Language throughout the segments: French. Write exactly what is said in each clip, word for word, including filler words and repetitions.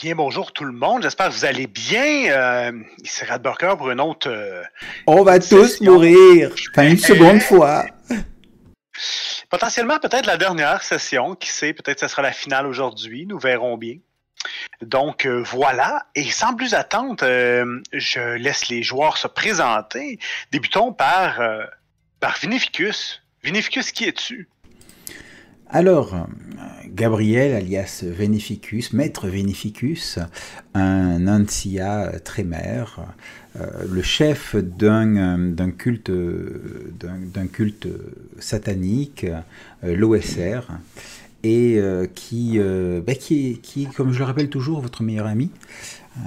Bien, bonjour tout le monde. J'espère que vous allez bien. Euh, ici Radburger pour une autre. Euh, On va session. tous mourir. Enfin, une seconde fois. Potentiellement, peut-être la dernière session. Qui sait, peut-être que ce sera la finale aujourd'hui. Nous verrons bien. Donc, euh, voilà. Et sans plus attendre, euh, je laisse les joueurs se présenter. Débutons par, euh, par Vinificus. Vinificus, qui es-tu? Alors, Gabriel, alias Venificus, maître Venificus, un Ancia Trémère, euh, le chef d'un, d'un culte, d'un, d'un culte satanique, euh, l'O S R, et euh, qui, euh, bah, qui, est, qui est, comme je le rappelle toujours, votre meilleur ami, euh,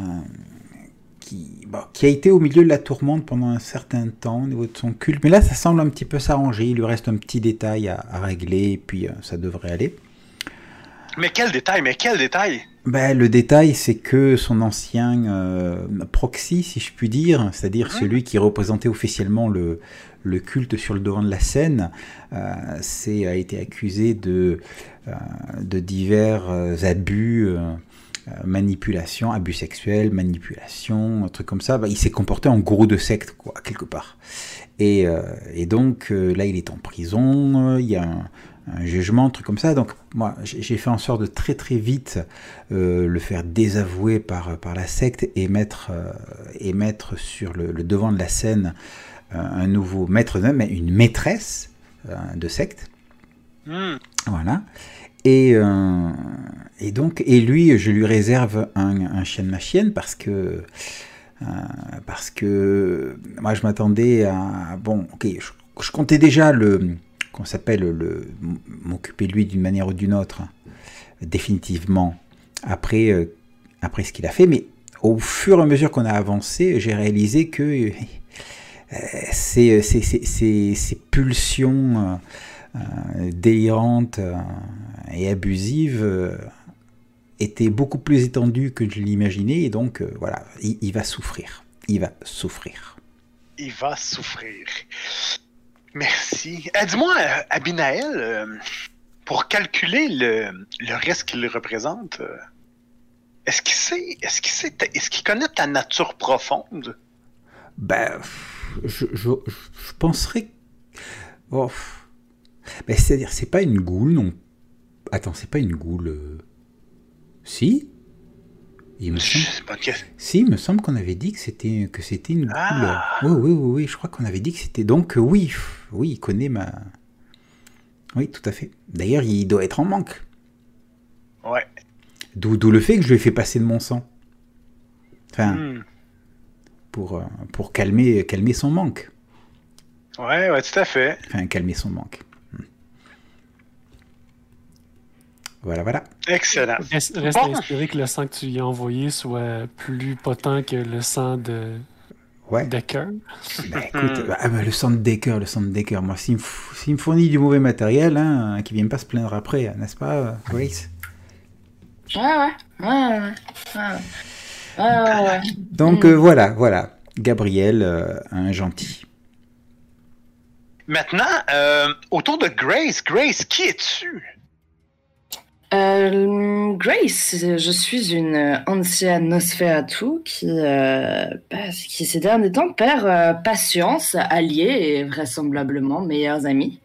Qui, bon, qui a été au milieu de la tourmente pendant un certain temps au niveau de son culte. Mais là, ça semble un petit peu s'arranger. Il lui reste un petit détail à, à régler, et puis euh, ça devrait aller. Mais quel détail, mais quel détail? Ben, le détail, c'est que son ancien euh, proxy, si je puis dire, c'est-à-dire mmh. celui qui représentait officiellement le, le culte sur le devant de la scène, euh, c'est, a été accusé de, euh, de divers euh, abus... Euh, manipulation, abus sexuels, manipulation, un truc comme ça. Bah, il s'est comporté en gourou de secte, quoi, quelque part. Et, euh, et donc, euh, là, il est en prison, euh, il y a un, un jugement, un truc comme ça. Donc, moi, j'ai fait en sorte de très, très vite euh, le faire désavouer par, par la secte et mettre, euh, et mettre sur le, le devant de la scène euh, un nouveau maître, mais une maîtresse euh, de secte. Mm. Voilà. Et, euh, et donc, et lui, je lui réserve un, un chien de ma chienne parce que, euh, parce que moi, je m'attendais à, bon, ok, je, je comptais déjà le, qu'on s'appelle le, m'occuper de lui d'une manière ou d'une autre, définitivement, après, euh, après ce qu'il a fait, mais au fur et à mesure qu'on a avancé, j'ai réalisé que euh, ces, ces, ces, ces, ces pulsions euh, délirantes euh, et abusive euh, était beaucoup plus étendue que je l'imaginais, et donc euh, voilà, il, il va souffrir. Il va souffrir. Il va souffrir. Merci. Euh, dis-moi, euh, Abinaël, euh, pour calculer le, le risque qu'il représente, euh, est-ce qu'il sait, est-ce qu'il sait, est-ce qu'il connaît ta nature profonde? Ben, je, je, je penserais. Oh. Ben, c'est-à-dire, c'est pas une goule, non. Attends, c'est pas une goule. Euh... Si il me semble... Si, il me semble qu'on avait dit que c'était que c'était une goule. Ah. Oui, oui, oui, oui, je crois qu'on avait dit que c'était. Donc, oui, oui, il connaît ma. Oui, tout à fait. D'ailleurs, il doit être en manque. Ouais. D'où, d'où le fait que je lui ai fait passer de mon sang. Enfin, mm. pour, pour calmer, calmer son manque. Ouais, ouais, tout à fait. Enfin, calmer son manque. Voilà, voilà. Excellent. Reste, reste bon. Inspiré que le sang que tu lui as envoyé soit plus potent que le sang de ouais. Decker. Ben, écoute, bah, bah, le sang de Decker, le sang de Decker. Moi, s'il me, f... s'il me fournit du mauvais matériel, hein, qu'il ne vienne pas se plaindre après, n'est-ce pas, Grace? Ouais, ouais. Ouais, ouais. ouais. ouais, ouais. Donc, mmh. euh, voilà, voilà. Gabriel, euh, un gentil. Maintenant, euh, autour de Grace, Grace, qui es-tu? Euh, Grace, je suis une ancienne Nosferatu qui, euh, qui ces derniers temps perd euh, patience, alliés et vraisemblablement meilleurs amis.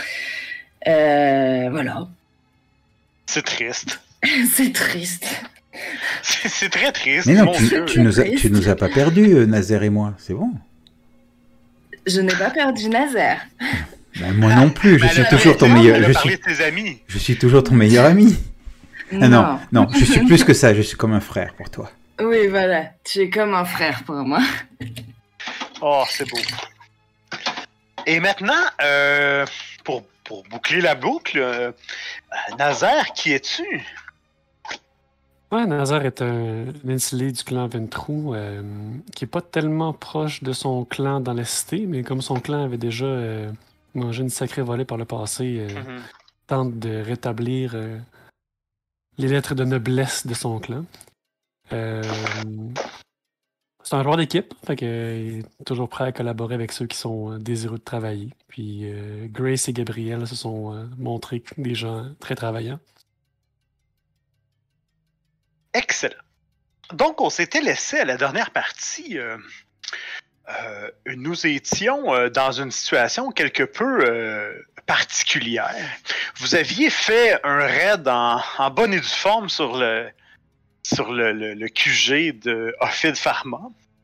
Euh, voilà. C'est triste. C'est triste. C'est, c'est très triste. Mais non, tu, tu, nous as, tu nous as pas perdu, euh, Nazaire et moi, c'est bon. Je n'ai pas perdu Nazaire. Ben, moi non plus, je ben, suis là, toujours ton meilleur. Je suis, de tes amis. je suis toujours ton meilleur ami. Non. Ah non, non, je suis plus que ça, je suis comme un frère pour toi. Oui, voilà, tu es comme un frère pour moi. Oh, c'est beau. Et maintenant, euh, pour, pour boucler la boucle, euh, Nazaire, qui es-tu? Ouais, Nazaire est un, un insulé du clan Ventrou, euh, qui est pas tellement proche de son clan dans la cité, mais comme son clan avait déjà euh, mangé une sacrée volée par le passé, euh, mm-hmm. tente de rétablir euh, les lettres de noblesse de son clan. Euh, c'est un joueur d'équipe, fait que, euh, il est toujours prêt à collaborer avec ceux qui sont euh, désireux de travailler. Puis euh, Grace et Gabriel se sont euh, montrés des gens très travaillants. Excellent. donc, on s'était laissé à la dernière partie. Euh, euh, nous étions euh, dans une situation quelque peu euh, particulière. Vous aviez fait un raid en, en bonne et due forme sur le, sur le, le, le Q G de Ophid Pharma,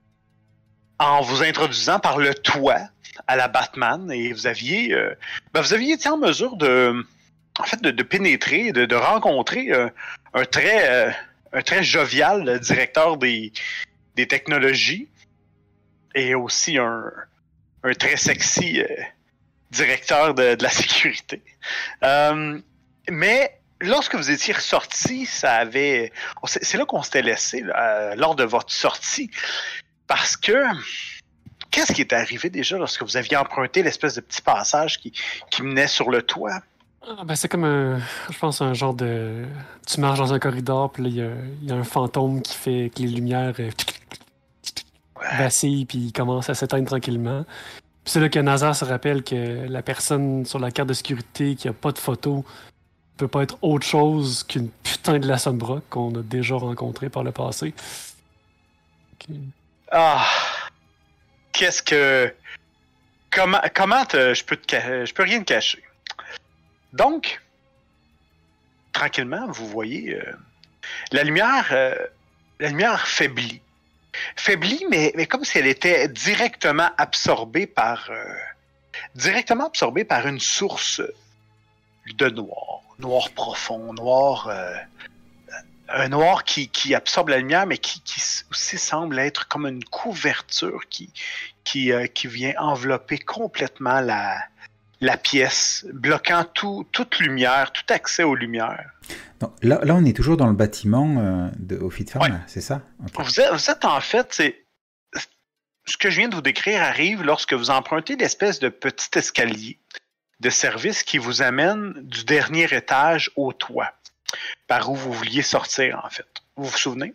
en vous introduisant par le toit à la Batman, et vous aviez, euh, ben vous aviez été en mesure de, en fait, de, de pénétrer, de, de rencontrer euh, un très, euh, un très jovial directeur des, des technologies, et aussi un, un très sexy euh, directeur de, de la sécurité. Euh, mais lorsque vous étiez ressorti, ça avait, c'est, c'est là qu'on s'était laissé là, lors de votre sortie, parce que qu'est-ce qui est arrivé déjà lorsque vous aviez emprunté l'espèce de petit passage qui, qui menait sur le toit? Ah, ben c'est comme un, je pense, un genre de... Tu marches dans un corridor, puis là, il y a, il y a un fantôme qui fait que les lumières euh, vacillent, puis il commence à s'éteindre tranquillement. Puis c'est là que Nazar se rappelle que la personne sur la carte de sécurité qui a pas de photo peut pas être autre chose qu'une putain de la Sunbrook qu'on a déjà rencontrée par le passé. Okay. Ah... Qu'est-ce que... Comment, comment te... je peux te ca... je peux rien te cacher. Donc, tranquillement, vous voyez, euh, la lumière, euh, la lumière faiblit. Faiblit, mais, mais comme si elle était directement absorbée par, euh, directement absorbée par une source de noir, noir profond, noir, euh, un noir qui, qui absorbe la lumière, mais qui, qui aussi semble être comme une couverture qui, qui, euh, qui vient envelopper complètement la, la pièce, bloquant tout, toute lumière, tout accès aux lumières. Donc, là, là, on est toujours dans le bâtiment euh, de Ophid Pharma, ouais. C'est ça? Okay. Vous, êtes, vous êtes en fait, c'est, ce que je viens de vous décrire arrive lorsque vous empruntez l'espèce de petit escalier de service qui vous amène du dernier étage au toit, par où vous vouliez sortir, en fait. Vous vous souvenez?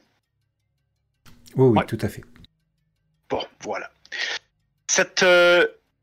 Oui, oui, ouais. Tout à fait. Bon, voilà. Cette, euh,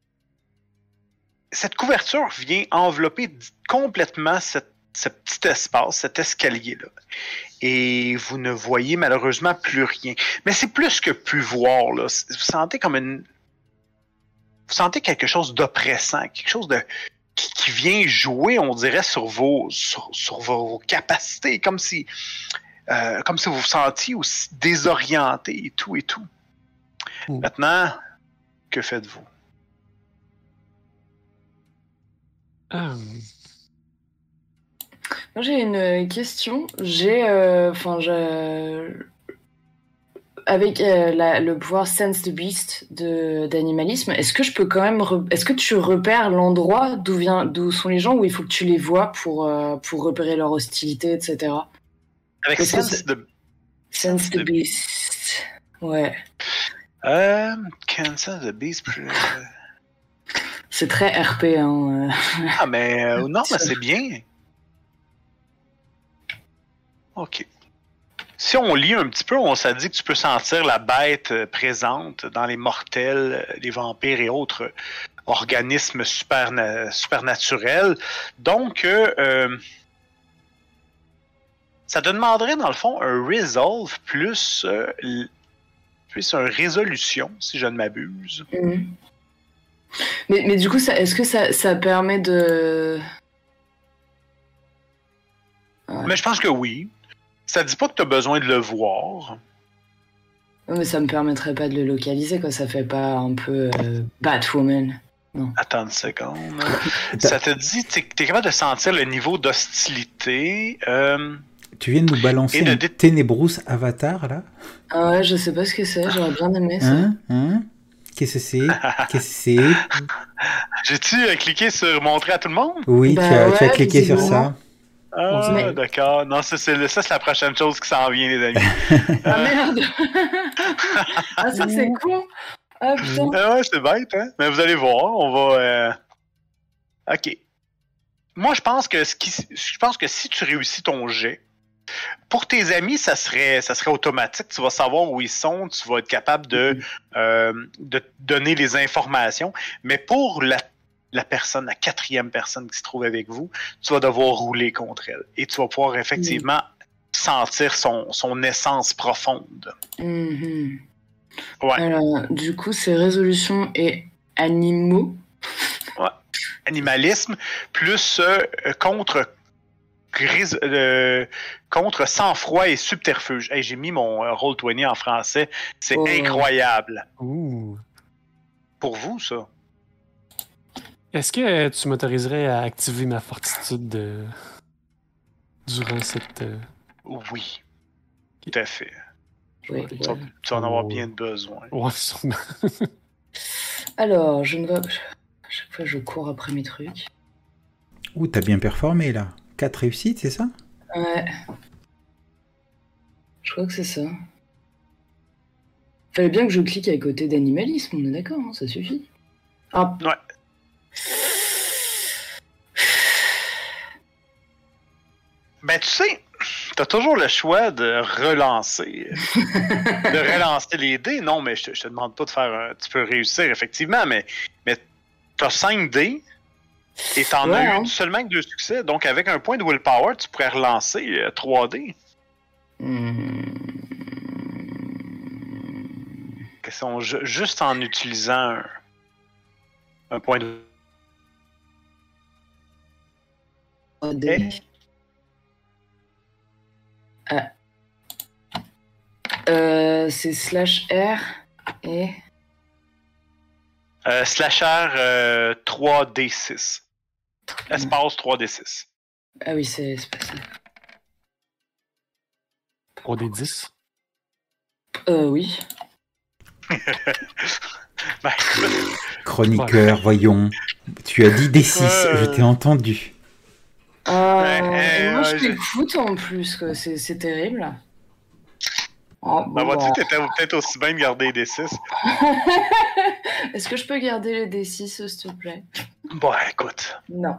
cette couverture vient envelopper complètement cette, ce petit espace, cet escalier-là. Et vous ne voyez malheureusement plus rien. Mais c'est plus que plus voir, là. Vous sentez comme une... Vous sentez quelque chose d'oppressant, quelque chose de... Qui, qui vient jouer, on dirait, sur vos, sur, sur vos capacités, comme si, euh, comme si vous vous sentiez aussi désorienté et tout et tout. Mmh. Maintenant, que faites-vous? Um... Moi, j'ai une question. J'ai, enfin, euh, je... avec euh, la, le pouvoir Sense the Beast de, d'animalisme, est-ce que je peux quand même, re... est-ce que tu repères l'endroit d'où vient, d'où sont les gens, ou il faut que tu les vois pour euh, pour repérer leur hostilité, et cetera. Avec Est-ce Sense the Sense the Beast, ouais. Euh, Sense the Beast. Plus... C'est très R P, hein. Ah mais euh, non, mais c'est bien. Ok. Si on lit un petit peu, on s'est dit que tu peux sentir la bête présente dans les mortels, les vampires et autres organismes super, supernaturels. Donc, euh, ça te demanderait, dans le fond, un resolve plus, euh, plus un résolution, si je ne m'abuse. Mmh. Mais, mais du coup, ça, est-ce que ça, ça permet de... Ouais. Mais je pense que oui. Ça dit pas que tu as besoin de le voir. Mais ça me permettrait pas de le localiser, quoi. Ça fait pas un peu euh, Batwoman. Non. Attends une seconde. Ça te dit que tu es capable de sentir le niveau d'hostilité. Euh, tu viens de nous balancer de... un dé... Ténébrous Avatar, là? Ah ouais, je sais pas ce que c'est. J'aurais bien aimé ça. Hein? Hein? Qu'est-ce que c'est? Qu'est-ce que c'est? J'ai-tu euh, cliqué sur montrer à tout le monde? Oui, bah tu, as, ouais, tu as cliqué sur ça. Ah, mais... d'accord. Non, ça c'est, ça, c'est la prochaine chose qui s'en vient, les amis. Ah, merde! Ah, ça, c'est con! Ah, putain! Ah, ouais, c'est bête, hein? Mais vous allez voir, on va... Euh... OK. Moi, je pense que ce qui... je pense que si tu réussis ton jet, pour tes amis, ça serait, ça serait automatique. Tu vas savoir où ils sont, tu vas être capable de, euh, de donner les informations. Mais pour la la personne, la quatrième personne qui se trouve avec vous, tu vas devoir rouler contre elle. Et tu vas pouvoir effectivement mmh. sentir son, son essence profonde. Mhm. Ouais. Alors, du coup, c'est résolution et animaux. Ouais. Animalisme, plus euh, contre, gris- euh, contre sang-froid et subterfuge. Hey, j'ai mis mon euh, Roll vingt en français. C'est Oh. incroyable. Ouh. Pour vous, ça? Est-ce que tu m'autoriserais à activer ma fortitude de... durant cette... euh, Oui. Tout à fait. Oui, Tu, ouais. vas, tu vas en avoir Oh. bien besoin. Ouais, sûrement. Alors, je ne vois. À chaque fois, je cours après mes trucs. Ouh, t'as bien performé là. quatre réussites, c'est ça? Ouais. Je crois que c'est ça. Fallait bien que je clique à côté d'animalisme, on est d'accord, hein, ça suffit. Ah. Ouais. Ben, tu sais, t'as toujours le choix de relancer. de relancer les dés. Non, mais je te, je te demande pas de faire un... Tu peux réussir, effectivement, mais, mais t'as cinq dés et t'en Ouais, as hein. eu seulement que deux succès. Donc, avec un point de willpower, tu pourrais relancer euh, trois dés. Hmm. Question, ju- juste en utilisant un, un point de... Oh, Eh. dé. Ah. Euh, c'est slash R et. Euh, slasher euh, trois D six. Espace trois D six. Ah oui, c'est c'est pas ça. trois D dix. Euh, oui. Ben, écoute, Chroniqueur, voyons. Tu as dit D six, Euh. je t'ai entendu. Ah, Ouais, et moi, euh, je j'ai- t'écoute en plus, quoi. C'est c'est terrible. Oh, ben, bon, vois-tu, bah. t'étais peut-être aussi bien de garder les D six. Est-ce que je peux garder les D six, s'il te plaît? Bon, écoute. Non.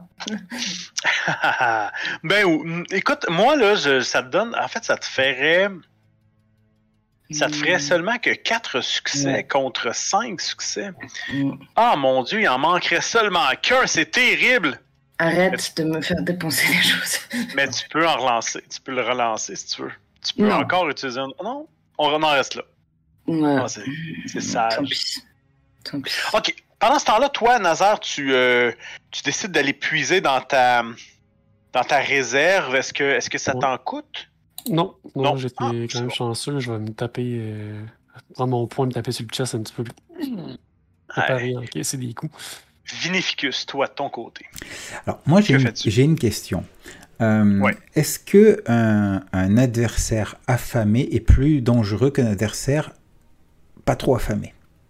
ben, ou- écoute, moi, là, je- ça te donne... En fait, ça te ferait... Ça te ferait Hmm. seulement que quatre succès Ouais. contre cinq succès. Hmm. Ah, mon Dieu, il en manquerait seulement qu'un. C'est terrible. Arrête de me faire dépenser des choses. Mais tu peux en relancer. Tu peux le relancer si tu veux. Tu peux Non. encore utiliser un... Non, on en reste là. Ouais. Ah, c'est c'est Tant sage. pis. Tant pis. OK. Pendant ce temps-là, toi, Nazar, tu, euh, tu décides d'aller puiser dans ta dans ta réserve. Est-ce que, est-ce que ça Ouais. t'en coûte? Non, non, Non. j'étais Ah, quand c'est même bon. chanceux. Je vais me taper... Euh... prendre mon point, me taper sur le chest un petit peu plus. Préparer, encaisser des coups. Vinificus, toi, de ton côté. Alors, moi, j'ai Que une, fais-tu? j'ai une question. Euh, Ouais. Est-ce que un, un adversaire affamé est plus dangereux qu'un adversaire pas trop affamé?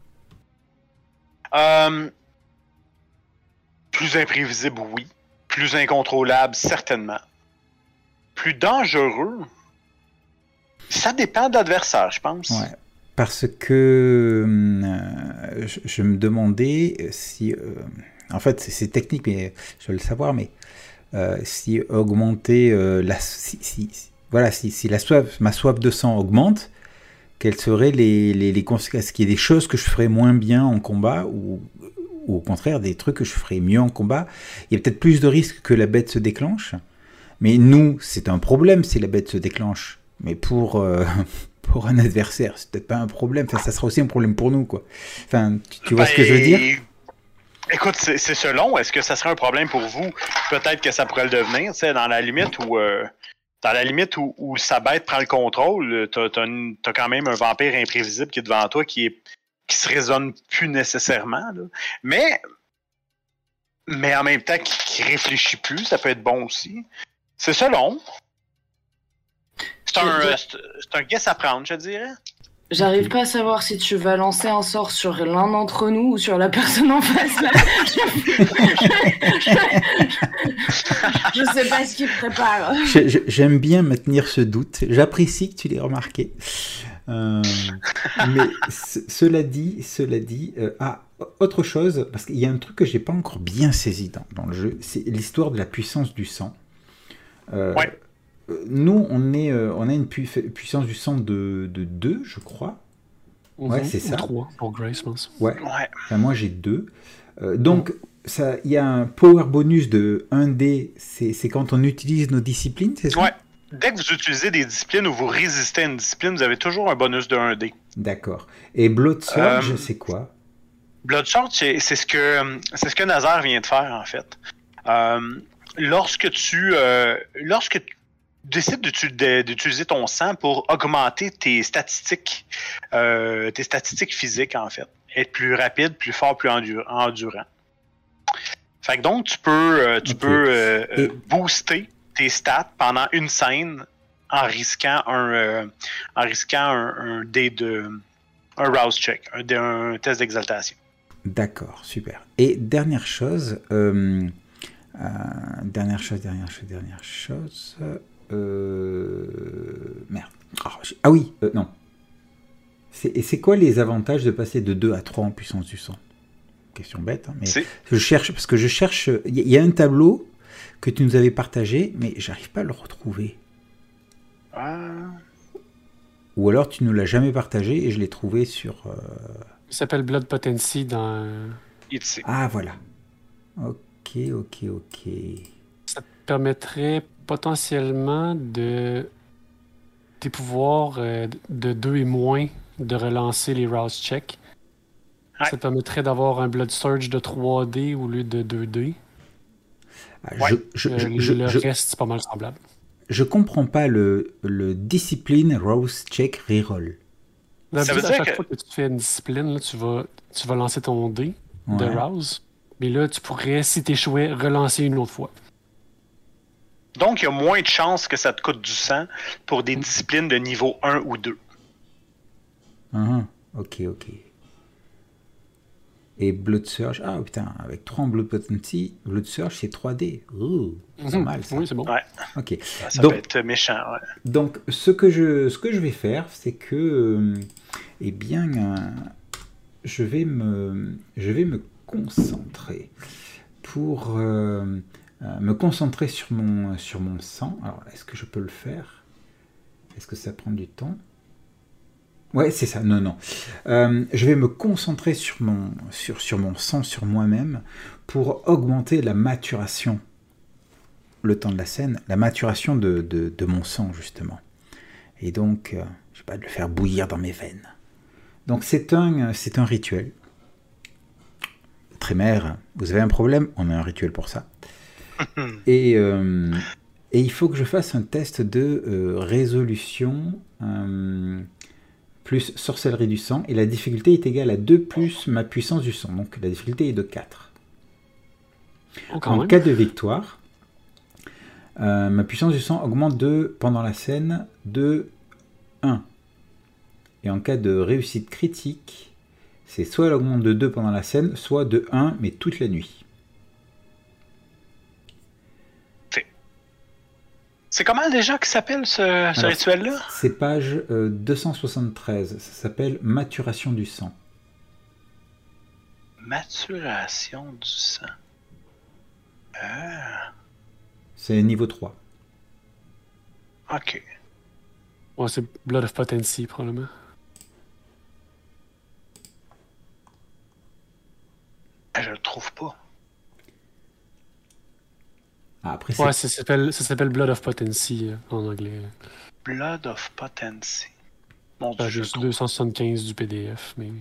Euh, plus imprévisible, oui. Plus incontrôlable, certainement. Plus dangereux, ça dépend de l'adversaire, je pense. Ouais. Parce que euh, je, je me demandais si... euh, en fait, c'est, c'est technique, mais je veux le savoir, mais euh, si augmenter euh, la... Si, si- si- voilà, si, si la soif, ma soif de sang augmente, quelles seraient les, les, les conséquences? Est-ce qu'il y a des choses que je ferais moins bien en combat ou, ou au contraire des trucs que je ferais mieux en combat? Il y a peut-être plus de risques que la bête se déclenche. Mais nous, c'est un problème si la bête se déclenche. Mais pour, euh, pour un adversaire, c'est peut-être pas un problème. Enfin, ça sera aussi un problème pour nous, quoi. Enfin, tu, tu vois Ben, ce que je veux dire? Écoute, c'est, c'est selon. Est-ce que ça serait un problème pour vous? Peut-être que ça pourrait le devenir, tu sais, dans la limite où... euh, dans la limite où, où sa bête prend le contrôle, t'as, t'as, une- t'as quand même un vampire imprévisible qui est devant toi qui, est, qui se raisonne plus nécessairement. Là. Mais, mais en même temps, qui, qui réfléchit plus, ça peut être bon aussi. C'est selon. C'est un, Je- euh, c'est, c'est un guess à prendre, je dirais. J'arrive pas à savoir si tu vas lancer un sort sur l'un d'entre nous ou sur la personne en face. Là. Je sais pas ce qu'il prépare. Je- je- J'aime bien maintenir ce doute. J'apprécie que tu l'aies remarqué. Euh, mais ce- cela dit, cela dit, euh, ah, autre chose, parce qu'il y a un truc que j'ai pas encore bien saisi dans, dans le jeu, c'est l'histoire de la puissance du sang. Euh, Ouais. euh, Nous, on, est, euh, on a une pu- puissance du sang de, de deux, je crois. Ouais, Mhm. c'est ça. Ou trois pour Grace, je pense. Ouais. Ouais. Enfin, moi, j'ai deux. Euh, donc, ça, il y a un power bonus de un dé, c'est c'est quand on utilise nos disciplines, c'est ça? Ouais. dès que vous utilisez des disciplines ou vous résistez à une discipline, vous avez toujours un bonus de un dé. D'accord. Et Blood Surge, Euh, c'est quoi? Blood Surge, c'est c'est ce que c'est ce que Nazar vient de faire, en fait. Euh, lorsque tu euh, lorsque tu décides d'utu- de- d'utiliser ton sang pour augmenter tes statistiques, euh, tes statistiques physiques, en fait. Être plus rapide, plus fort, plus endu- endurant. Fait que donc, tu peux, euh, tu Ok. peux euh, Et- euh, booster tes stats pendant une scène en risquant un, euh, en risquant un, un dé de un rouse check, un, dé- un test d'exaltation. D'accord, super. Et dernière chose, euh, euh, dernière chose, dernière chose, dernière chose. Euh, merde. Oh, j'ai- ah oui, euh, non. C'est, et c'est quoi les avantages de passer de deux à trois en puissance du sang? Question bête, hein, mais C'est je cherche, parce que je cherche. Il y, y a un tableau que tu nous avais partagé, mais j'arrive pas à le retrouver. euh, Ou alors tu nous l'as jamais partagé et je l'ai trouvé sur. euh, Il s'appelle Blood Potency dans. ici. Ah voilà. Ok, ok, ok. Ça te permettrait potentiellement de. Tes pouvoirs euh, de deux et moins de relancer les rouse checks. Ouais. Ça te permettrait d'avoir un Blood Surge de trois dés au lieu de deux dés. Ah, Ouais. je, je, Euh, je, je, le je- reste, c'est pas mal semblable. je comprends pas le, le discipline Rose Check Reroll. D'habitude, veut à dire chaque que- fois que tu fais une discipline, là, tu, vas, tu vas lancer ton dé de Ouais. rouse. Mais là, tu pourrais, si t'échouais, relancer une autre fois. Donc, il y a moins de chances que ça te coûte du sang pour des disciplines de niveau un ou deux. Ah, ok, ok. Et Blood Surge, ah putain, avec trois en Blood Potency, Blood Surge c'est trois dés. Ouh, c'est pas Mhm. mal ça. Oui, c'est bon. Ouais. Ok. Ça, ça Donc- peut être méchant. Ouais. Donc, ce que je, ce que je vais faire, c'est que, euh, eh bien, euh, je vais me, je vais me concentrer pour euh, euh, me concentrer sur mon, sur mon sang. Alors, est-ce que je peux le faire? Est-ce que ça prend du temps? Ouais, c'est ça. Non, non. Euh, je vais me concentrer sur mon, sur, sur mon sang, sur moi-même, pour augmenter la maturation, le temps de la scène, la maturation de, de, de mon sang, justement. Et donc, euh, je sais pas, de le faire bouillir dans mes veines. Donc, c'est un, c'est un rituel. Trémère, vous avez un problème? On a un rituel pour ça. Et, euh, et il faut que je fasse un test de euh, résolution euh, plus sorcellerie du sang. Et la difficulté est égale à deux plus ma puissance du sang. Donc, la difficulté est de quatre. Oh, quand En même. cas de victoire, euh, ma puissance du sang augmente de, pendant la scène de un. Et en cas de réussite critique, c'est soit elle augmente de deux pendant la scène, soit de un, mais toute la nuit. C'est comment déjà que s'appelle ce, ce Alors, rituel-là? C'est page euh, deux cent soixante-treize. Ça s'appelle Maturation du sang. Maturation du sang. Ah, C'est niveau trois. ok. Ouais, c'est Blood of Potency, probablement. Ah, je le trouve pas. Ah, après, c'est Ouais, ça s'appelle, ça s'appelle Blood of Potency euh, en anglais. Blood of Potency. Mon Dieu, Page je le trouve. deux cent soixante-quinze du P D F, mais.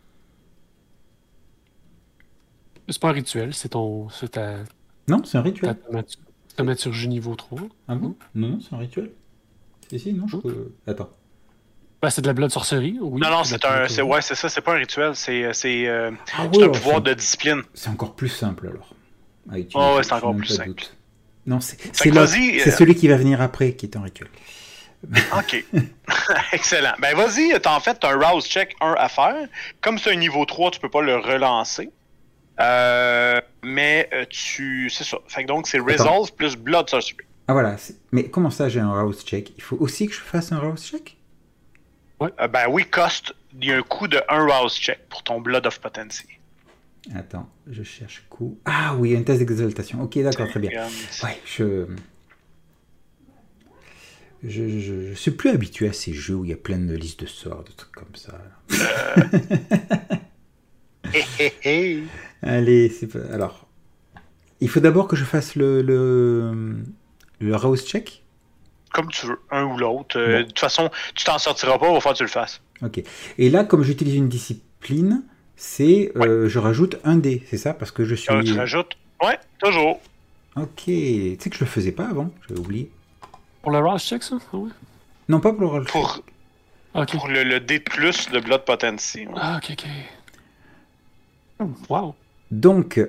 C'est pas un rituel, c'est ton. C'est ta, Non, c'est un ta rituel. thaumatur- thaumaturgie niveau trois. Ah bon? Non, non, c'est un rituel. Si, si, non, je Oh. peux... Attends. Ben, c'est de la blood sorcerie, oui. Non, non, de la c'est un. thaumaturgie. C'est, ouais, c'est ça, c'est pas un rituel, c'est, c'est, euh, Ah c'est ouais, un ouais, pouvoir c'est- de discipline. C'est encore plus simple, alors. Ah, tu- Oh, ouais, tu- c'est encore tu n'as plus pas de simple. doute. Non, c'est c'est que l'autre. vas-y, C'est euh, celui qui va venir après qui est un rituel. Ok. Excellent. Ben, vas-y, t'as en fait un rouse check un à faire. Comme c'est un niveau trois, tu peux pas le relancer. Euh, mais euh, tu. C'est ça. Fait que donc, c'est Resolve plus Blood Sorcery. Ah voilà. c'est- Mais comment ça, j'ai un rouse check? Il faut aussi que je fasse un rouse check? Euh, ben oui, cost. Il y a un coût de un rouse check pour ton Blood of Potency. Attends, je cherche coup. Ah oui, un test d'exaltation. Ok, d'accord, très bien. Euh, Ouais, je... Je, je... je suis plus habitué à ces jeux où il y a plein de listes de sorts, de trucs comme ça. hé, hé, hé. Allez, c'est pas... Alors, il faut d'abord que je fasse le, le, le rouse check. comme tu veux, un ou l'autre. Euh, Bon. De toute façon, tu t'en sortiras pas, il va falloir que tu le fasses. Ok. Et là, comme j'utilise une discipline, c'est euh, je rajoute un dé, c'est ça? Parce que je suis... Euh, tu rajoutes? Ouais, toujours. Ok. Tu sais que je le faisais pas avant, j'avais oublié. Pour le Ross check, ça? Ah ouais. Non, pas pour le roll. Pour, Ok. pour le, le D de plus de Blood Potency. Ouais. Ah, ok, ok. Oh, wow. Donc...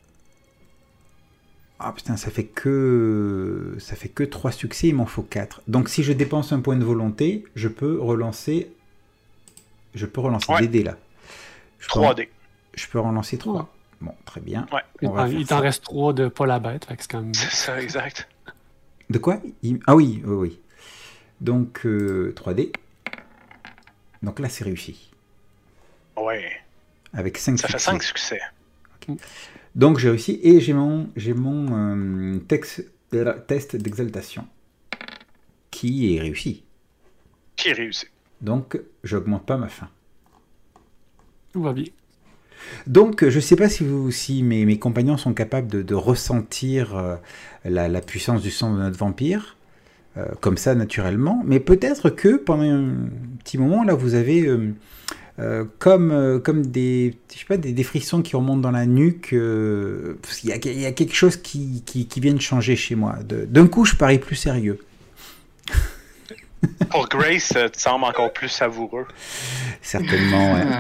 Ah putain, ça fait que... Ça fait que trois succès, il m'en faut quatre. Donc si je dépense un point de volonté, je peux relancer... Je peux relancer Ouais. des dés là. Je peux trois en- D. Je peux en lancer trois. Bon, très bien. Ouais. Il On va t'en- faire il t'en ça. reste trois de pas la bête, fait que c'est quand même bien. C'est ça, exact. De quoi? Il- Ah oui, oui, oui. Donc, euh, trois dés. Donc là, c'est réussi. Ouais. Avec cinq Ça fait succès. cinq succès. Donc, j'ai réussi et j'ai mon, j'ai mon euh, texte, euh, test d'exaltation qui est réussi. Qui est réussi. Donc, j'augmente pas ma faim. Tout va bien. Donc, je ne sais pas si, vous, si mes, mes compagnons sont capables de, de ressentir euh, la, la puissance du sang de notre vampire, euh, comme ça, naturellement, mais peut-être que pendant un petit moment, là, vous avez euh, euh, comme, euh, comme des, je sais pas, des, des frissons qui remontent dans la nuque. Euh, parce qu'il y a, il y a quelque chose qui, qui, qui vient de changer chez moi. De- D'un coup, je parais plus sérieux. Pour Grace, euh, tu sembles encore plus savoureux. Certainement, ouais.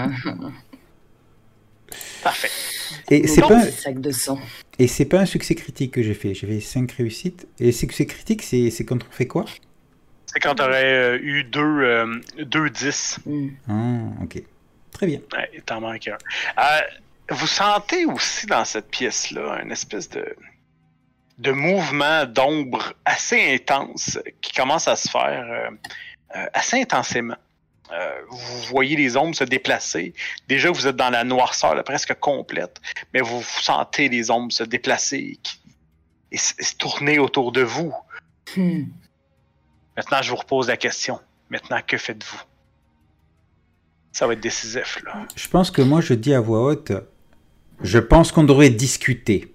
Parfait. Et c'est Mon pas, petit sac de sang. et c'est pas un succès critique que j'ai fait. J'ai fait cinq réussites. Et les succès critiques, c'est c'est quand on fait quoi? C'est quand tu aurais eu deux, euh, deux dix. Mm. Ah, ok. Très bien. Ouais, il t'en manque un. Euh, vous sentez aussi dans cette pièce-là une espèce de, de mouvement d'ombre assez intense qui commence à se faire euh, euh, assez intensément. Euh, vous voyez les ombres se déplacer. Déjà, vous êtes dans la noirceur là, presque complète, mais vous, vous sentez les ombres se déplacer qui- et, s- et se tourner autour de vous. Hmm. Maintenant, je vous repose la question. Maintenant, que faites-vous? Ça va être décisif, là. Je pense que moi, je dis à voix haute, je pense qu'on devrait discuter.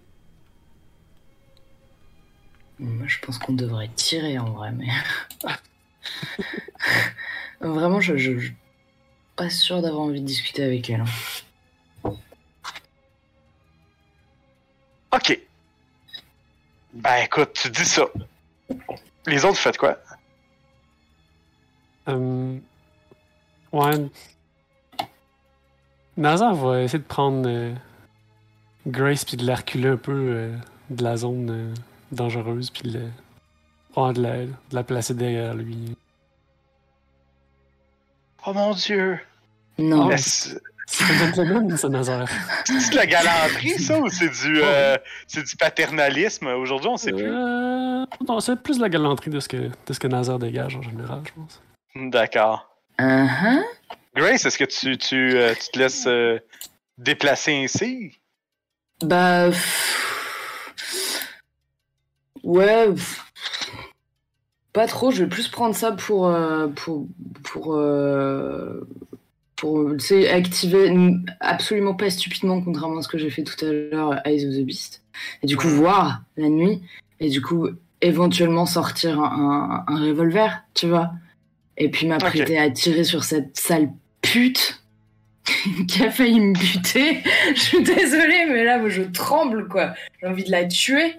Moi, je pense qu'on devrait tirer en vrai, mais. Vraiment, je, je, je- pas sûr d'avoir envie de discuter avec elle. hein. OK. Ben, écoute, tu dis ça. Les autres, faites quoi? Euh, ouais. Nazar va essayer de prendre euh, Grace puis de la reculer un peu euh, de la zone euh, dangereuse puis de, le- ouais, de, la, de la placer derrière lui. Oh mon Dieu! Non. Ah, Est-ce C'est un gentleman, ça, Nazar. c'est de la galanterie, ça, ou c'est du, euh, c'est du paternalisme? Aujourd'hui, on sait plus. Euh, non, c'est plus la galanterie de ce que, de ce que Nazar dégage en général, je pense. D'accord. Uh-huh. Grace, est-ce que tu, tu, euh, tu te laisses euh, déplacer ainsi? Bah. pff, Ouais. pff, Pas trop, je vais plus prendre ça pour. euh, pour. pour. euh, pour tu sais, activer n- absolument pas stupidement, contrairement à ce que j'ai fait tout à l'heure, Eyes of the Beast. Et du coup, voir la nuit, et du coup, éventuellement sortir un, un, un revolver, tu vois. Et puis m'apprêter à tirer sur cette sale pute qui a failli me buter. Je suis désolée, mais là, moi, je tremble, quoi. J'ai envie de la tuer.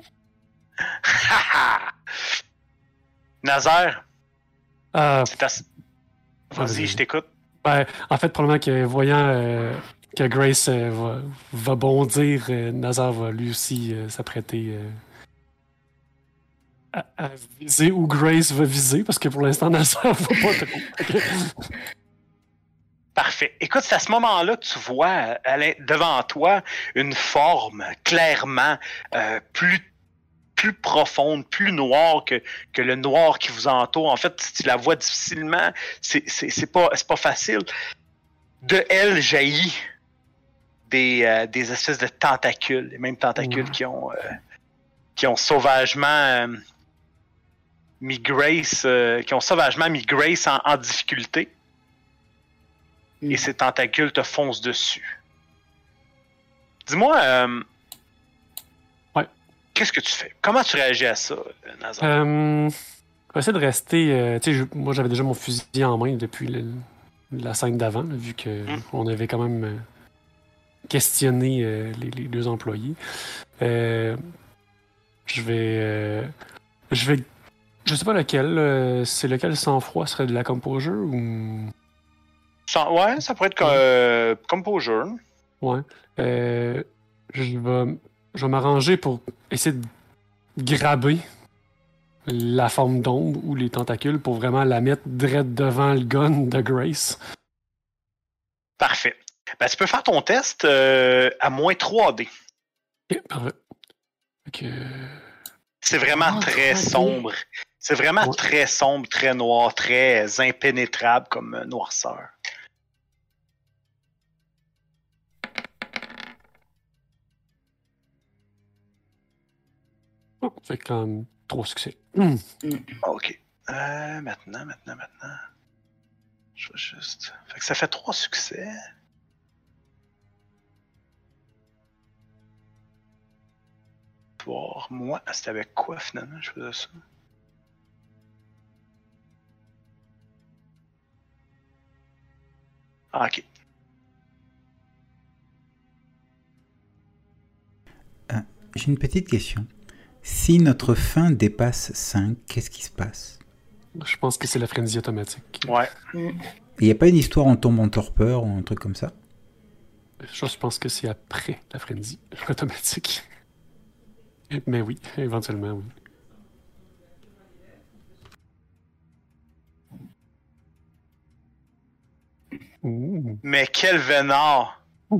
Nazaire, Euh, c'est ta... vas-y. Vas-y, je t'écoute. ben, en fait, probablement que voyant euh, que Grace euh, va, va bondir, euh, Nazar va lui aussi euh, s'apprêter euh, à, à viser où Grace va viser, parce que pour l'instant, Nazar va pas trop. Ok. Parfait. Écoute, c'est à ce moment-là que tu vois euh, à l'in- devant toi une forme clairement euh, plus, plus profonde, plus noire que, que le noir qui vous entoure. En fait, tu la vois difficilement. C'est, c'est, c'est pas, c'est pas facile. De elle jaillit des, euh, des espèces de tentacules, les mêmes tentacules Ouais. qui ont, euh, qui ont sauvagement euh, mis Grace, euh, qui ont sauvagement mis Grace en, en difficulté. Et ces tentacules te foncent dessus. Dis-moi, euh, Ouais. qu'est-ce que tu fais? Comment tu réagis à ça, Nazar? Euh, vais essayer de rester. Euh, tu sais, je- moi, j'avais déjà mon fusil en main depuis le- la scène d'avant, là, vu qu'on Mm. avait quand même euh, questionné euh, les, les deux employés. Euh, je vais. euh, je vais. Je sais pas lequel. euh, c'est lequel sang-froid serait de la composure ou. Ça- ouais, ça pourrait être comme, euh, comme pour jeu. Ouais. Euh, je vais, je vais m'arranger pour essayer de graber la forme d'ombre ou les tentacules pour vraiment la mettre direct devant le gun de Grace. Parfait. Ben, tu peux faire ton test euh, à moins trois D. Ok, parfait. Ok. C'est vraiment Oh, très trois D. sombre. C'est vraiment Ouais. très sombre, très noir, très impénétrable comme euh, noirceur. Oh, fait quand même trois succès. Hmm. OK. Euh, maintenant, maintenant, maintenant. Je vais juste. Fait que ça fait trois succès. Voir, moi, c'était avec quoi finalement je faisais ça? Ah, ok. J'ai une petite question. Si notre fin dépasse cinq, qu'est-ce qui se passe? Je pense que c'est la frénésie automatique. Ouais. Mm. Il n'y a pas une histoire en tombe en torpeur ou un truc comme ça? Je pense que c'est après la frénésie automatique. Mais oui, éventuellement, oui. Ouh. Mais quel vénard!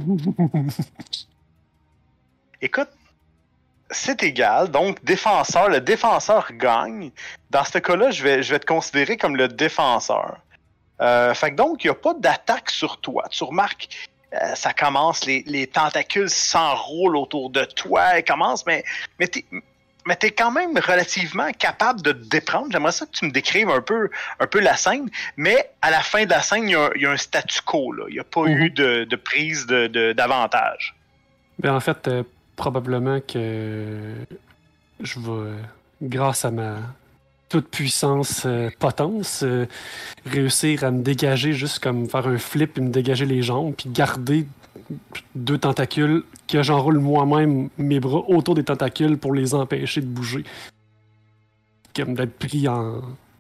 Écoute, c'est égal. Donc, défenseur, le défenseur gagne. Dans ce cas-là, je vais, je vais te considérer comme le défenseur. Euh, fait que donc, il n'y a pas d'attaque sur toi. Tu remarques, euh, ça commence, les, les tentacules s'enroulent autour de toi. Elles commencent, mais, mais t'es, mais t'es quand même relativement capable de te déprendre. J'aimerais ça que tu me décrives un peu, un peu la scène. Mais à la fin de la scène, il y a, il y a un statu quo. Là. Il n'y a pas Mhm. eu de, de prise de, de, d'avantage. Ben, en fait, euh, probablement que je vais, grâce à ma toute puissance euh, potence, euh, réussir à me dégager, juste comme faire un flip et me dégager les jambes, puis garder deux tentacules, que j'enroule moi-même mes bras autour des tentacules pour les empêcher de bouger. Comme d'être pris en.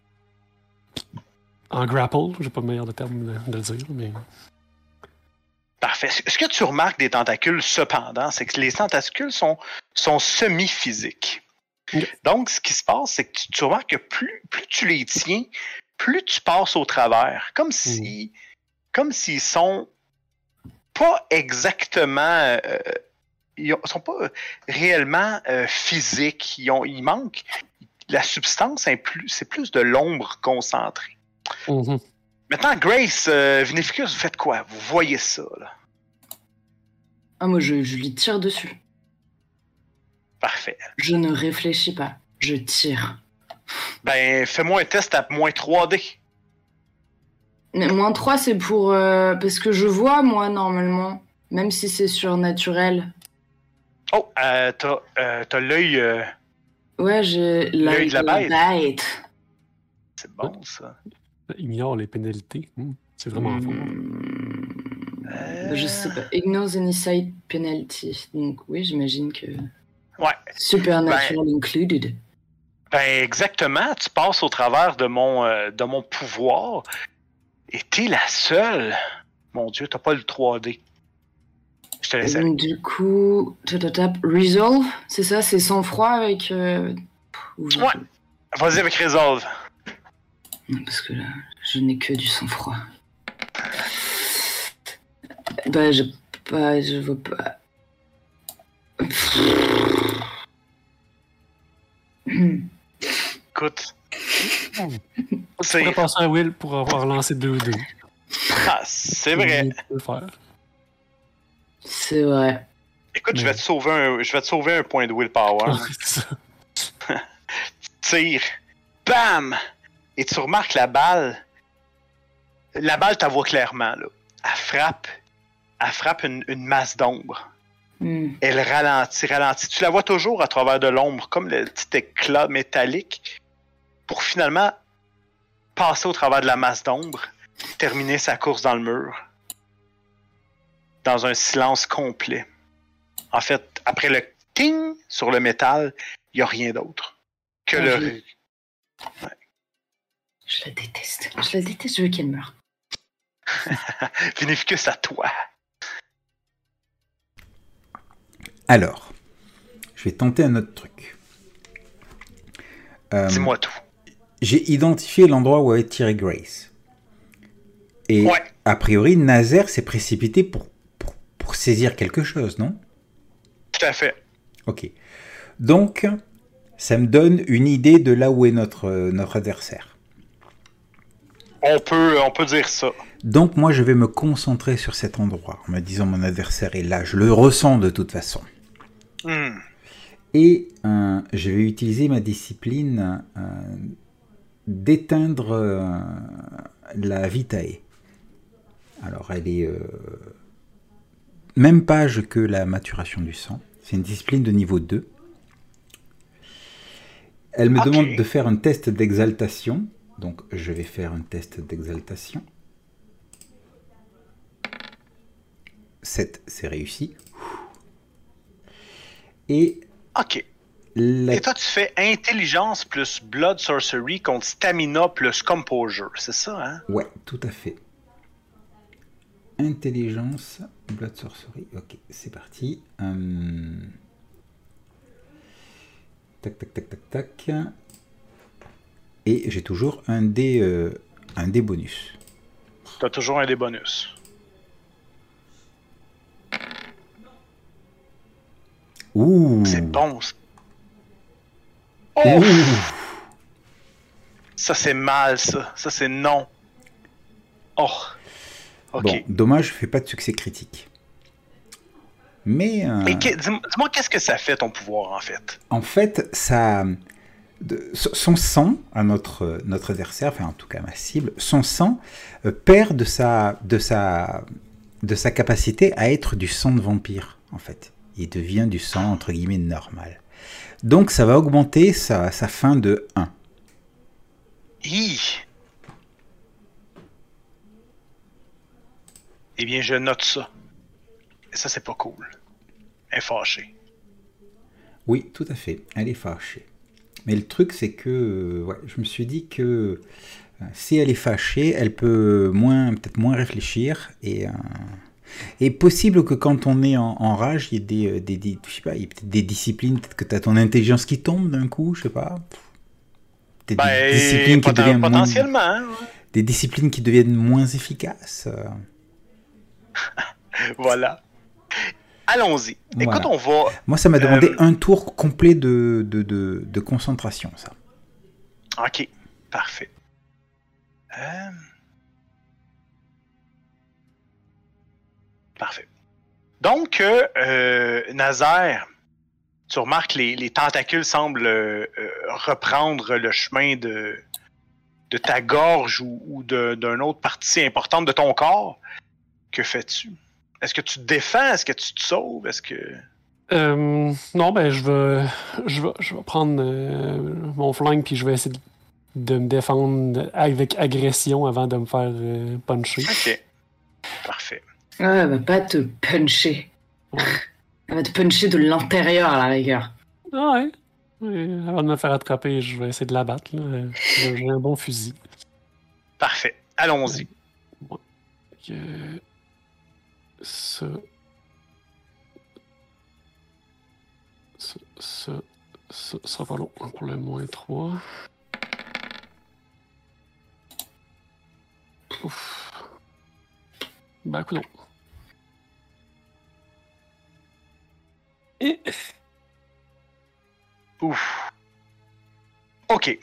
en grapple, j'ai pas le meilleur de terme de, de le dire, mais. Parfait. Ce que tu remarques des tentacules, cependant, c'est que les tentacules sont, sont semi-physiques. Okay. Donc, ce qui se passe, c'est que tu, tu remarques que plus, plus tu les tiens, plus tu passes au travers. Comme si, mm. comme s'ils sont pas exactement, euh, ils sont pas réellement euh, physiques. Ils, ont, ils manquent. La substance, est plus, c'est plus de l'ombre concentrée. Mm-hmm. Maintenant, Grace, euh, Vinificus, vous faites quoi? Vous voyez ça, là? Ah, moi, je, je lui tire dessus. Parfait. Je ne réfléchis pas. Je tire. Ben, fais-moi un test à moins trois D. Mais moins trois, c'est pour... Euh, parce que je vois, moi, normalement. Même si c'est surnaturel. Oh, euh, t'as, euh, t'as l'œil... Euh, ouais, j'ai l'œil de la bête. bête. C'est bon, ça. Ignore les pénalités. Mmh. C'est vraiment mmh. fort. Euh... Je sais pas. Ignore any side penalty. Donc oui, j'imagine que... Ouais. Supernatural ben, included. Ben exactement. Tu passes au travers de mon, euh, de mon pouvoir et t'es la seule. Mon Dieu, t'as pas le trois D. Je te laisse aller. Donc du coup... Resolve, c'est ça? C'est sang-froid avec... Euh... Ouais. Vas-y avec Resolve. Non, parce que là, je n'ai que du sang-froid. Bah, je pas, je veux pas. Écoute, c'est... pourrais passer à Will pour avoir lancé deux dés. Ah, c'est vrai. C'est vrai. Écoute, Mais... je vais te sauver un, je vais te sauver un point de willpower. Oh, c'est ça. Tire, bam. Et tu remarques la balle, la balle, tu la vois clairement, là. Elle frappe, elle frappe une, une masse d'ombre. Mm. Elle ralentit, ralentit. Tu la vois toujours à travers de l'ombre, comme le petit éclat métallique. pour finalement passer au travers de la masse d'ombre, terminer sa course dans le mur, dans un silence complet. En fait, après le ting sur le métal, il n'y a rien d'autre que Ah, le... je... Ouais. Je la déteste. Je la déteste, je veux qu'elle meure. Vinificus, à toi. Alors, je vais tenter un autre truc. Euh, Dis-moi tout. J'ai identifié l'endroit où avait tiré Grace. Et Ouais. a priori, Nazaire s'est précipité pour, pour, pour saisir quelque chose, non? Tout à fait. Ok. Donc, ça me donne une idée de là où est notre, notre adversaire. On peut, on peut dire ça. Donc, moi, je vais me concentrer sur cet endroit, en me disant mon adversaire est là. Je le ressens de toute façon. Hmm. Et euh, je vais utiliser ma discipline euh, d'éteindre euh, la vitae. Alors, elle est euh, même page que la maturation du sang. C'est une discipline de niveau deux. Elle me Ok. demande de faire un test d'exaltation. Donc, je vais faire un test d'exaltation. sept, c'est réussi. Et, OK. la... Et toi, tu fais intelligence plus blood sorcery contre stamina plus composure. C'est ça, hein? Ouais, tout à fait. Intelligence, blood sorcery. Ok, c'est parti. Hum... Tac, tac, tac, tac, tac. Et j'ai toujours un dé, euh, un dé bonus. T'as toujours un des bonus. Ouh. C'est bon. Ça. Ouh. Oh! Ça, c'est mal, ça. Ça, c'est non. Oh. OK. Bon, dommage, je fais pas de succès critique. Mais... Euh... Mais que- dis-moi, dis-moi qu'est-ce que ça fait, ton pouvoir, en fait? En fait, ça... De, son sang, à notre, notre adversaire, enfin en tout cas ma cible, son sang euh, perd de sa, de, sa, de sa capacité à être du sang de vampire, en fait. Il devient du sang, entre guillemets, normal. Donc ça va augmenter sa, sa fin de un. Hi. Eh bien, je note ça. Et ça, c'est pas cool. Elle est fâchée. Oui, tout à fait, elle est fâchée. Mais le truc, c'est que euh, ouais, je me suis dit que euh, si elle est fâchée, elle peut moins, peut-être moins réfléchir. Et, euh, et possible que quand on est en, en rage, il y ait des, des, des, je sais pas, il y a peut-être des disciplines, peut-être que tu as ton intelligence qui tombe d'un coup, je sais pas. Peut-être Ben, des disciplines qui poten- deviennent moins, potentiellement. Hein, ouais. des disciplines qui deviennent moins efficaces. euh. Voilà. Allons-y. Écoute, Voilà. on va... Moi, ça m'a demandé Euh, un tour complet de, de, de, de concentration, ça. OK. Parfait. Euh... Parfait. Donc, euh, euh, Nazaire, tu remarques que les, les tentacules semblent euh, euh, reprendre le chemin de, de ta gorge ou, ou de, d'une autre partie importante de ton corps. Que fais-tu? Est-ce que tu te défends? Est-ce que tu te sauves? Est-ce que... Euh, non, ben, je vais, je vais, je vais prendre euh, mon flingue puis je vais essayer de, de me défendre avec agression avant de me faire euh, puncher. OK. Parfait. Ah, elle va pas te puncher. Ouais. Elle va te puncher de l'intérieur à la rigueur. Ah ouais. Ouais, avant de me faire attraper, je vais essayer de la battre. Là. J'ai j'ai un bon fusil. Parfait. Allons-y. Ouais. Fait que, ça. Ça, ça, ça, ça va pas long pour le moins trois. Ouf. Ben, coudonc. Et... Ouf. OK.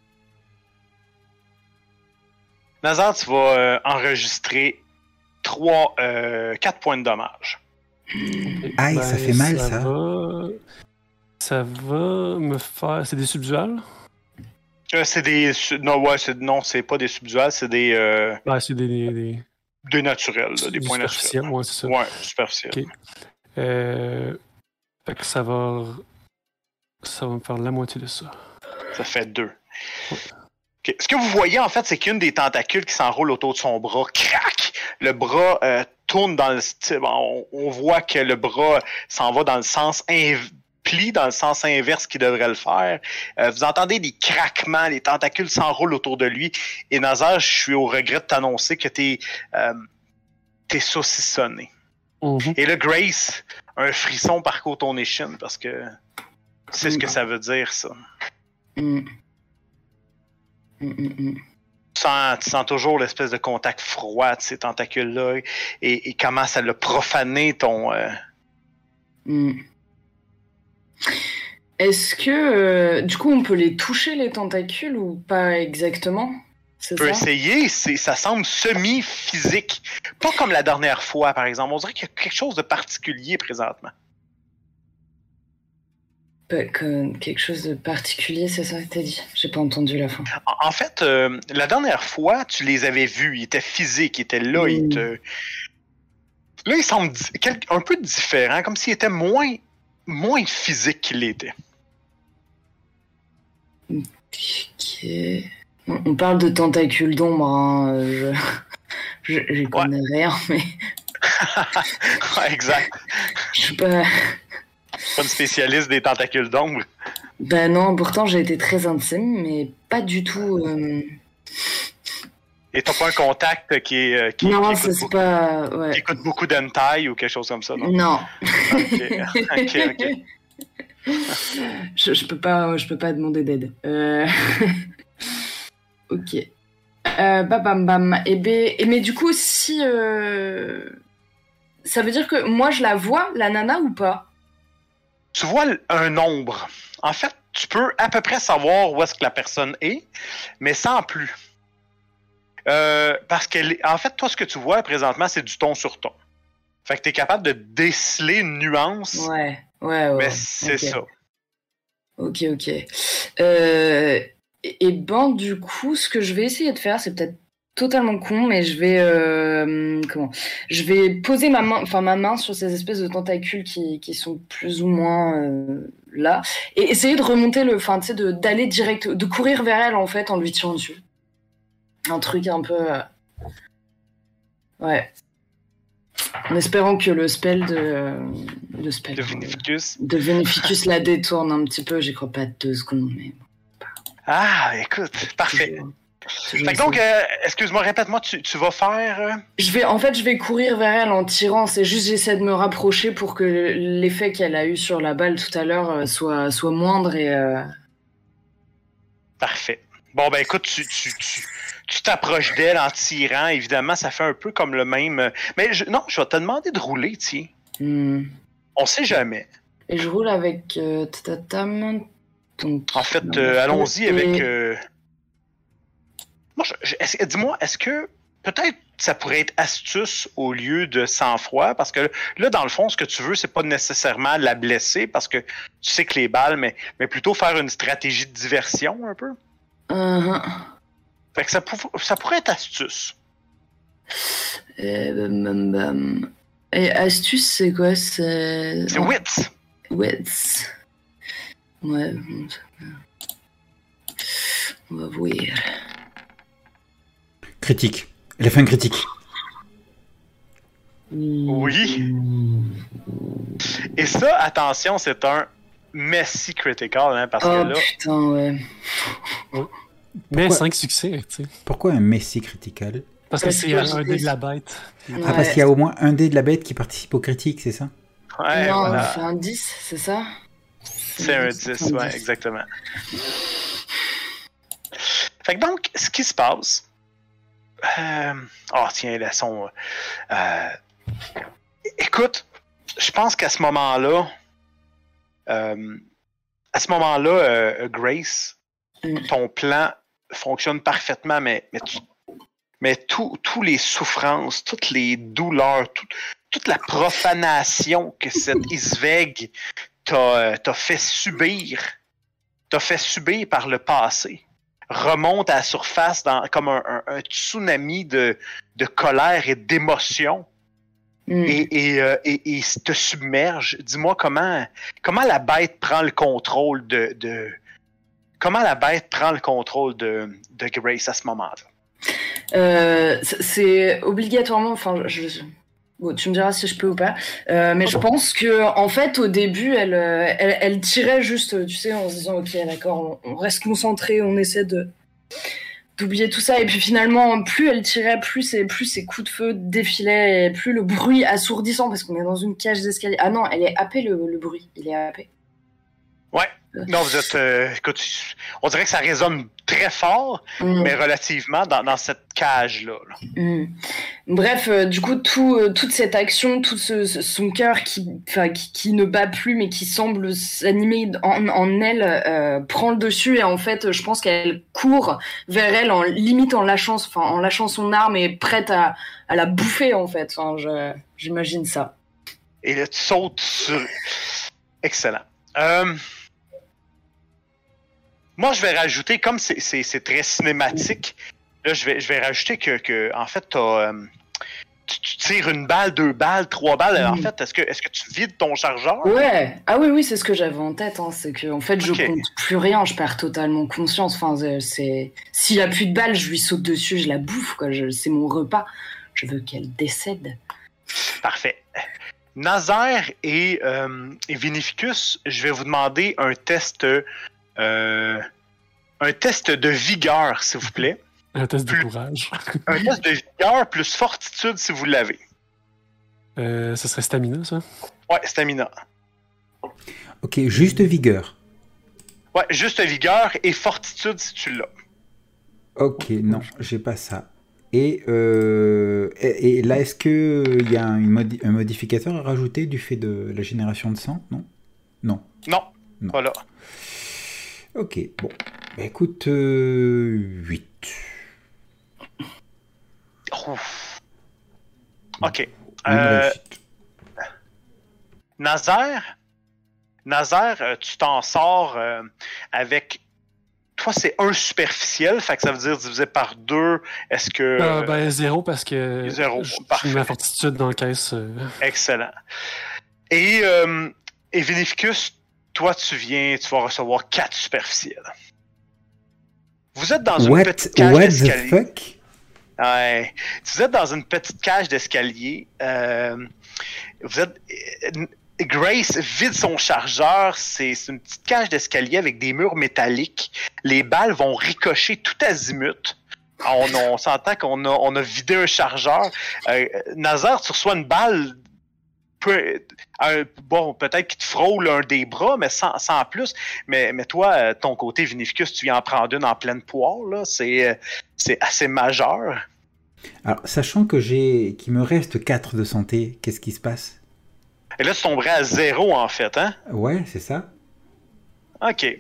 Nazar, tu vas euh, enregistrer trois, euh, quatre points de dommage. Aïe, ça fait mal, ça. Va... Ça va me faire... C'est des subduals? Euh, c'est des... su- Non, ouais, c'est... non, c'est pas des subduals, c'est des... Euh... Ben, c'est des... des, des... Des naturels, là, des du points superficiel, naturels. ouais, c'est ça. Ouais, superficiels. Ok. Euh... Fait que ça va... Ça va me faire la moitié de ça. Ça fait deux. Ouais. Okay. Ce que vous voyez, en fait, c'est qu'une des tentacules qui s'enroule autour de son bras, crac! Le bras euh, tourne dans le... On, on voit que le bras s'en va dans le sens inv... plie dans le sens inverse qu'il devrait le faire. Euh, vous entendez des craquements, les tentacules s'enroulent autour de lui. Et Nazar, je suis au regret de t'annoncer que t'es, euh, t'es saucissonné. Mm-hmm. Et là, Grace, un frisson parcourt ton échine parce que c'est mm. ce que ça veut dire, ça. Mm. Mm, mm, mm. Tu sens, tu sens toujours l'espèce de contact froid de ces tentacules-là et, et comment ça l'a profané ton... Euh... Mm. Est-ce que, euh, du coup, on peut les toucher, les tentacules, ou pas exactement? On peut essayer, c'est, ça semble semi-physique. Pas comme la dernière fois, par exemple. On dirait qu'il y a quelque chose de particulier présentement. Comme quelque chose de particulier, c'est ça que t'as dit? J'ai pas entendu la fin. En, en fait, euh, la dernière fois, tu les avais vus. Ils étaient physiques, ils étaient là. Mmh. Ils te... Là, ils semblent di- un peu différents, comme s'ils étaient moins, moins physiques qu'ils l'étaient. Ok. On parle de tentacules d'ombre. Hein. Je, je, je connais ouais. rien, mais. ouais, exact. Je suis pas. Pas une spécialiste des tentacules d'ombre. Ben non, pourtant j'ai été très intime, mais pas du tout. Euh... Et t'as pas un contact qui est. Qui, non, qui c'est beaucoup, pas. Ouais. Qui écoute beaucoup d'hentai ou quelque chose comme ça, non? Non. Ok, ok, ok. je, je peux pas, je peux pas demander d'aide. Euh... ok. Euh, bam bam bam. Et, ben, et mais du coup, si. Euh... Ça veut dire que moi je la vois, la nana, ou pas? Tu vois un nombre. En fait, tu peux à peu près savoir où est-ce que la personne est, mais sans plus. Euh, parce qu'elle, en fait, toi, ce que tu vois présentement, c'est du ton sur ton. Fait que tu es capable de déceler une nuance. Ouais, ouais, ouais. Mais c'est okay. ça. Ok, ok. Euh, et, et ben, du coup, ce que je vais essayer de faire, c'est peut-être totalement con, mais je vais euh, comment je vais poser ma main, enfin ma main sur ces espèces de tentacules qui, qui sont plus ou moins euh, là, et essayer de remonter le, enfin tu sais, de d'aller direct, de courir vers elle en fait en lui tirant dessus. Un truc un peu, euh... ouais. En espérant que le spell de le spell de Veneficus de Veneficus la détourne un petit peu. J'y crois pas deux secondes, mais. Ah, écoute, parfait. Toujours. Fait que donc, euh, excuse-moi, répète-moi, tu, tu vas faire... Euh... Je vais, en fait, je vais courir vers elle en tirant. C'est juste, j'essaie de me rapprocher pour que l'effet qu'elle a eu sur la balle tout à l'heure euh, soit, soit moindre et... Euh... Parfait. Bon, ben écoute, tu, tu, tu, tu t'approches d'elle en tirant. Évidemment, ça fait un peu comme le même... Mais je, non, je vais te demander de rouler, tiens. Mm. On sait jamais. Et je roule avec... Euh, tatatam, donc, en fait, euh, allons-y avec... Euh... Moi, je, je, dis-moi, est-ce que peut-être ça pourrait être astuce au lieu de sang-froid? Parce que là, dans le fond, ce que tu veux, c'est pas nécessairement la blesser parce que tu sais que les balles, mais, mais plutôt faire une stratégie de diversion un peu. Uh-huh. Fait que ça, pour, ça pourrait être astuce. Et, bam, bam. Et astuce, c'est quoi? C'est, c'est wits. Wits. Ouais. On va voir. Critique. Elle a fait un critique. Oui. Et ça, attention, c'est un messy critical, hein, parce oh, que là... putain, ouais. Mais cinq succès, tu sais. Pourquoi un messy critical? Parce, parce que, que c'est un dé de la bête. Ouais. Ah, parce qu'il y a au moins un dé de la bête qui participe aux critiques, c'est ça? Ouais, non, voilà. c'est un dix, c'est ça? C'est, c'est un dix, dix, ouais, exactement. Fait que donc, ce qui se passe... Euh... Oh, tiens, là, son... Euh... Écoute, je pense qu'à ce moment-là... Euh... À ce moment-là, euh, Grace, mm. ton plan fonctionne parfaitement, mais, mais, tu... mais tous les souffrances, toutes les douleurs, tout, toute la profanation que cette Isveg t'a, t'a fait subir, t'a fait subir par le passé, remonte à la surface dans, comme un, un, un tsunami de, de colère et d'émotion mm. et, et, euh, et, et te submerge. Dis-moi comment, comment la bête prend le contrôle de, de, comment la bête prend le contrôle de, de Grace à ce moment-là? Euh, c'est obligatoirement, enfin, je, je, bon, tu me diras si je peux ou pas, euh, mais je pense que en fait au début elle, elle, elle tirait juste, tu sais, en se disant ok d'accord, on, on reste concentré, on essaie de d'oublier tout ça, et puis finalement plus elle tirait, plus ses, plus ses coups de feu défilaient, et plus le bruit assourdissant, parce qu'on est dans une cage d'escalier. Ah non, elle est happée, le, le bruit, il est happé. Ouais. Non, vous êtes. Euh, écoute, on dirait que ça résonne très fort, mmh. mais relativement dans, dans cette cage-là. Là. Mmh. Bref, euh, du coup, tout, euh, toute cette action, tout ce, ce, son cœur qui, qui, qui ne bat plus, mais qui semble s'animer en, en elle, euh, prend le dessus. Et en fait, je pense qu'elle court vers elle, en limite en lâchant, enfin, en lâchant son arme et prête à, à la bouffer, en fait. Enfin, je, j'imagine ça. Et là, tu sautes sur. Excellent. Euh. Moi, je vais rajouter, comme c'est, c'est, c'est très cinématique, là, je vais, je vais rajouter que, que en fait, t'as, euh, tu, tu tires une balle, deux balles, trois balles. Mm. En fait, est-ce que, est-ce que tu vides ton chargeur? Ouais. Ah oui, oui, c'est ce que j'avais en tête. Hein. C'est que, en fait, je okay. compte plus rien. Je perds totalement conscience. Enfin, c'est, s'il y a plus de balles, je lui saute dessus, je la bouffe, quoi. Je, c'est mon repas. Je veux qu'elle décède. Parfait. Nazaire et, euh, et Vinificus, je vais vous demander un test... Euh, un test de vigueur, s'il vous plaît. Un test plus, de courage. Un test de vigueur plus fortitude, si vous l'avez. Euh, ce serait stamina, ça? Ouais, stamina. Ok, juste vigueur. Ouais, juste vigueur et fortitude, si tu l'as. Ok, non, j'ai pas ça. Et, euh, et, et là, est-ce qu'il y a une modi- un modificateur à rajouter du fait de la génération de sang? Non. Non. Non, non. Voilà. Ok, bon. Bah, écoute, euh, huit. Ouf. Ok. Euh, Nazaire, Nazaire, tu t'en sors euh, avec... Toi, c'est un superficiel, fait que ça veut dire divisé par deux. Est-ce que... Euh, ben, zéro, parce que... Zéro, je, parfait. J'ai ma fortitude dans la caisse. Euh... Excellent. Et, euh, et Vinificus, toi, tu viens, tu vas recevoir quatre superficiels. Vous êtes dans une what, petite cage what d'escalier. What the fuck? Ouais. Vous êtes dans une petite cage d'escalier. Euh, vous êtes... Grace vide son chargeur. C'est, c'est une petite cage d'escalier avec des murs métalliques. Les balles vont ricocher tout azimut. On, on s'entend qu'on a, on a vidé un chargeur. Euh, Nazaire, tu reçois une balle... Peu, un, bon, peut-être qu'il te frôle un des bras, mais sans, sans plus. Mais, mais toi, ton côté Vinificus, tu viens en prendre une en pleine poire, là. C'est, c'est assez majeur. Alors, sachant que j'ai qu'il me reste quatre de santé, qu'est-ce qui se passe? Et là, tu tomberais à zéro, en fait, hein? Ouais, c'est ça. OK. Euh,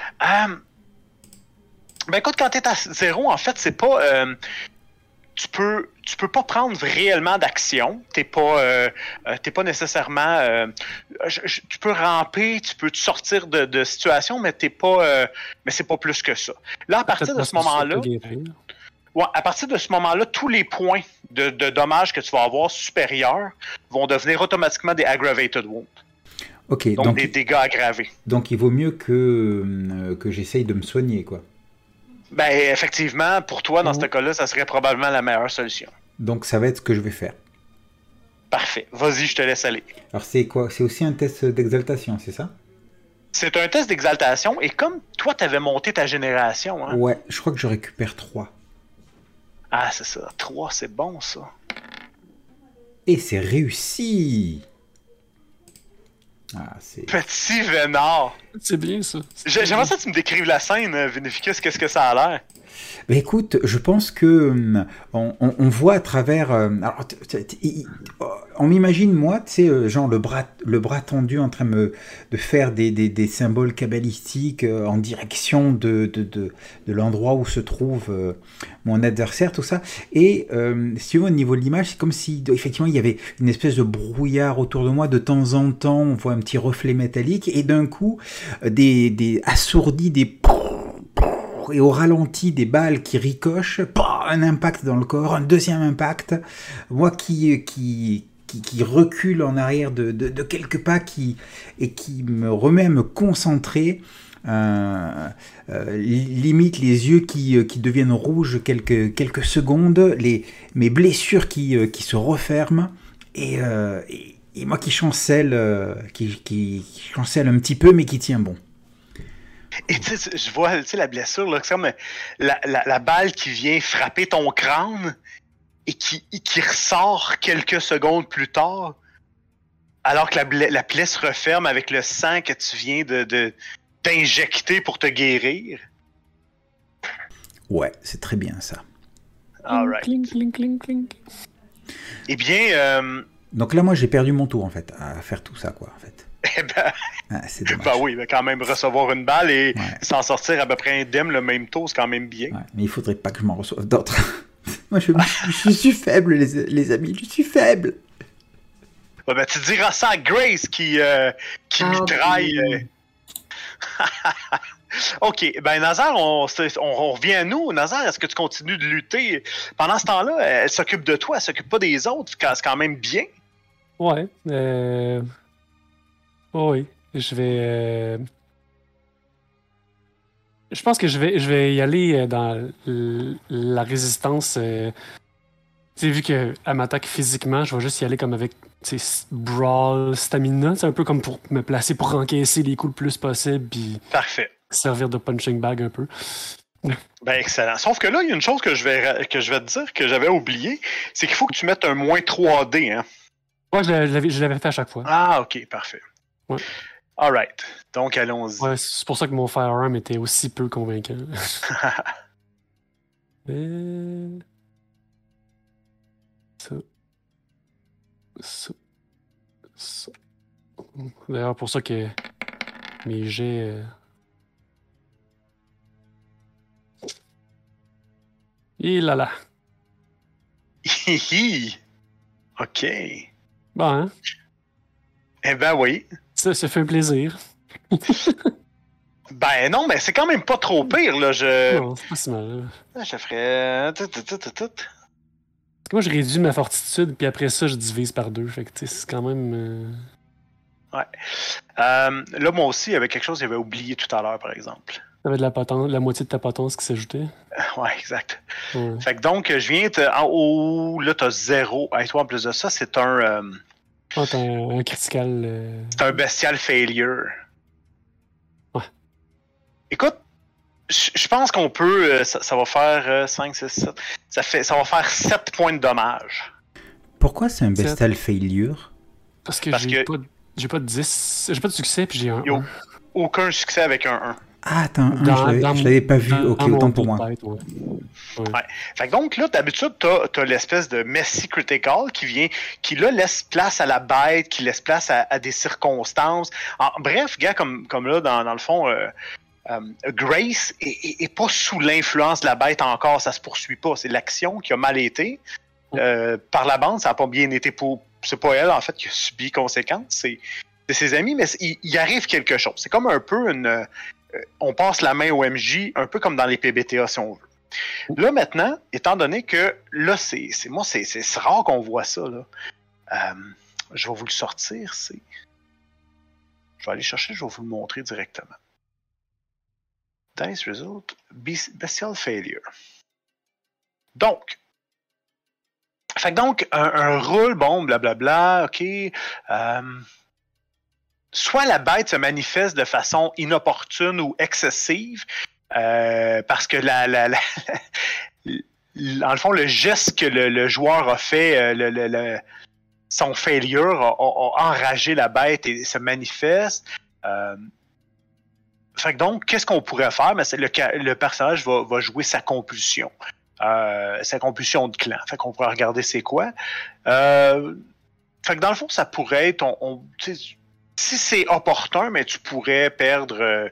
ben écoute, quand t'es à zéro, en fait, c'est pas... Euh, tu peux... Tu peux pas prendre réellement d'action. T'es pas, euh, t'es pas nécessairement. Euh, je, je, tu peux ramper, tu peux te sortir de, de situation, mais t'es pas. Euh, mais c'est pas plus que ça. Là, à partir de ce moment-là, ouais, à partir de ce moment-là, tous les points de, de dommages que tu vas avoir supérieurs vont devenir automatiquement des aggravated wounds. Ok. Donc, donc des dégâts aggravés. Donc il vaut mieux que euh, que j'essaye de me soigner, quoi. Ben effectivement, pour toi, dans mmh. ce cas-là, ça serait probablement la meilleure solution. Donc ça va être ce que je vais faire. Parfait. Vas-y, je te laisse aller. Alors c'est quoi? C'est aussi un test d'exaltation, c'est ça? C'est un test d'exaltation, et comme toi, tu avais monté ta génération... Hein? Ouais, je crois que je récupère trois. Ah, c'est ça. trois, c'est bon, ça. Et c'est réussi! Ah, c'est... Petit Vénard! C'est bien, ça. C'est J'aimerais ça que tu me décrives la scène, Vinificus. Qu'est-ce que ça a l'air? Ben écoute, je pense que on, on, on voit à travers. Euh, alors, t- t- t- on m'imagine moi, tu sais, euh, genre le bras, le bras tendu en train de, me, de faire des, des, des symboles kabbalistiques euh, en direction de, de, de, de l'endroit où se trouve euh, mon adversaire, tout ça. Et euh, si tu veux, au niveau de l'image, c'est comme si effectivement il y avait une espèce de brouillard autour de moi. De temps en temps, on voit un petit reflet métallique, et d'un coup, des, des assourdis, des et au ralenti des balles qui ricochent, un impact dans le corps, un deuxième impact, moi qui, qui, qui, qui recule en arrière de, de, de quelques pas qui, et qui me remet à me concentrer Euh, euh, limite les yeux qui, qui deviennent rouges quelques, quelques secondes, les, mes blessures qui, qui se referment, et, euh, et, et moi qui chancelle, euh, qui, qui, qui chancelle un petit peu, mais qui tient bon. Et tu sais, je vois la blessure, là, c'est comme la, la, la balle qui vient frapper ton crâne et qui, qui ressort quelques secondes plus tard, alors que la, la plaie se referme avec le sang que tu viens de, de t'injecter pour te guérir. Ouais, c'est très bien ça. All right. Clink, clink, clink, clink. Eh bien... Euh... Donc là, moi, j'ai perdu mon tour, en fait, à faire tout ça, quoi, en fait. Eh ben... Ah, c'est dommage. Ben oui, mais quand même, recevoir une balle et ouais. s'en sortir à peu près indemne le même tour, c'est quand même bien. Ouais, mais il faudrait pas que je m'en reçoive d'autres. Moi, je, je suis faible, les, les amis, je suis faible. Ouais, ben, tu diras ça à Grace qui, euh, qui Ah, mitraille... oui. Euh... Ok, ben Nazar, on, on, on revient à nous. Nazar, est-ce que tu continues de lutter? Pendant ce temps-là, elle s'occupe de toi, elle s'occupe pas des autres, c'est quand même bien. Ouais. Euh... Oh oui, je vais... Euh... Je pense que je vais, je vais y aller dans la résistance. Euh... Tu sais, vu qu'elle m'attaque physiquement, je vais juste y aller comme avec brawl, stamina. C'est un peu comme pour me placer pour encaisser les coups le plus possible, puis Parfait. servir de punching bag un peu. Ben excellent. Sauf que là, il y a une chose que je vais, que je vais te dire que j'avais oublié, c'est qu'il faut que tu mettes un moins trois D. Hein? Ouais, je l'avais, je l'avais fait à chaque fois. Ah, ok, parfait. Ouais. All right. Donc, allons-y. Ouais, c'est pour ça que mon firearm était aussi peu convaincant. Et... Ça. Ça. Ça. D'ailleurs, pour ça que mes jets... Euh... Et là là. Hihi. Ok. Bon, hein? Eh ben oui. Ça, ça fait un plaisir. Ben non, mais c'est quand même pas trop pire, là. Je... Non, c'est pas si mal. Là. Je ferais... Tout, tout, tout, tout, tout. Parce que moi, je réduis ma fortitude, puis après ça, je divise par deux. Fait que, tu sais, c'est quand même... Euh... Ouais. Euh, là, moi aussi, il y avait quelque chose que j'avais oublié tout à l'heure, par exemple. T'avais de la potence, la moitié de ta potence qui s'ajoutait. Ouais, exact. Ouais. Fait que donc, je viens te... En haut, là, t'as zéro. Et toi, en plus de ça, c'est un... Euh... Oh, t'as un, un critical... Euh... C'est un bestial failure. Ouais. Écoute, je pense qu'on peut... Euh, ça, ça va faire euh, cinq, six, sept... Ça, fait, ça va faire sept points de dommage. Pourquoi c'est un bestial failure? Parce que Parce j'ai que... pas... J'ai pas de dix... J'ai pas de succès, puis j'ai un Yo, un. aucun succès avec un un. Ah, attends, Dans- je l'avais- dans je mon- l'avais pas vu. dans- Ok, dans mon autant pour moi. tête, ouais. Ouais. Ouais. Fait que donc là, d'habitude, t'as, t'as l'espèce de Messi Critical qui vient, qui là laisse place à la bête, qui laisse place à, à des circonstances. En, bref, gars, comme, comme là, dans, dans le fond, euh, euh, Grace est, est, est pas sous l'influence de la bête encore, ça se poursuit pas. C'est l'action qui a mal été. Euh, par la bande, ça a pas bien été pour. C'est pas elle, en fait, qui a subi les conséquences. C'est, c'est ses amis, mais il, il arrive quelque chose. C'est comme un peu une. Euh, on passe la main au M J, un peu comme dans les P B T A, si on veut. Là, maintenant, étant donné que là, c'est, c'est moi, c'est, c'est, c'est rare qu'on voit ça, là. Euh, je vais vous le sortir, c'est. Je vais aller chercher, je vais vous le montrer directement. Dice Result, Bestial Failure. Donc, fait que donc, un, un rôle, bon, blablabla, ok. Euh, soit la bête se manifeste de façon inopportune ou excessive, euh, parce que la, la, la, la, dans le fond, le geste que le, le joueur a fait, le, le, le, son failure a, a, a enragé la bête et se manifeste. Euh, fait que donc, qu'est-ce qu'on pourrait faire? Ben, c'est le, le personnage va, va jouer sa compulsion. Euh, sa compulsion de clan. Fait qu'on pourrait regarder c'est quoi. Euh, fait que dans le fond, ça pourrait être... On, on, si c'est opportun, mais tu pourrais perdre... Euh,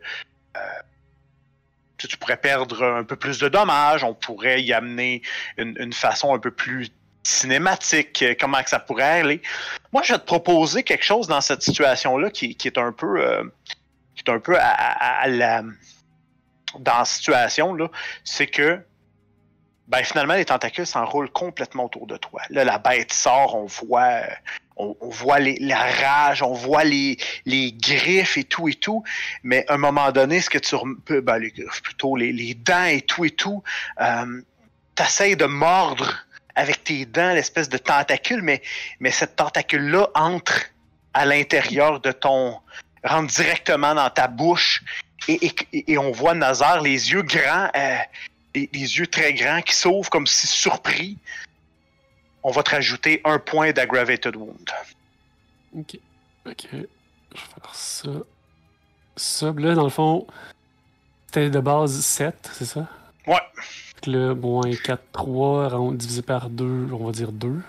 tu pourrais perdre un peu plus de dommages. On pourrait y amener une, une façon un peu plus cinématique. Comment que ça pourrait aller. Moi, je vais te proposer quelque chose dans cette situation-là qui, qui est un peu... Euh, qui est un peu à, à, à la... Dans la situation, là, c'est que ben finalement, les tentacules s'enroulent complètement autour de toi. Là, la bête sort, on voit, on, on voit les, la rage, on voit les, les griffes et tout et tout. Mais à un moment donné, ce que tu rem- ben, les griffes, plutôt les, les dents et tout et tout, euh, t'essayes de mordre avec tes dents l'espèce de tentacule, mais, mais cette tentacule-là entre à l'intérieur de ton, rentre directement dans ta bouche et, et, et on voit Nazar, les yeux grands. Euh, Les, les yeux très grands qui s'ouvrent comme si surpris. On va te rajouter un point d'aggravated wound. Ok. Ok. Je vais faire ça. Ça, là, dans le fond, c'était de base sept, c'est ça? Ouais. Fait que là, moins quatre, trois, divisé par deux, on va dire deux.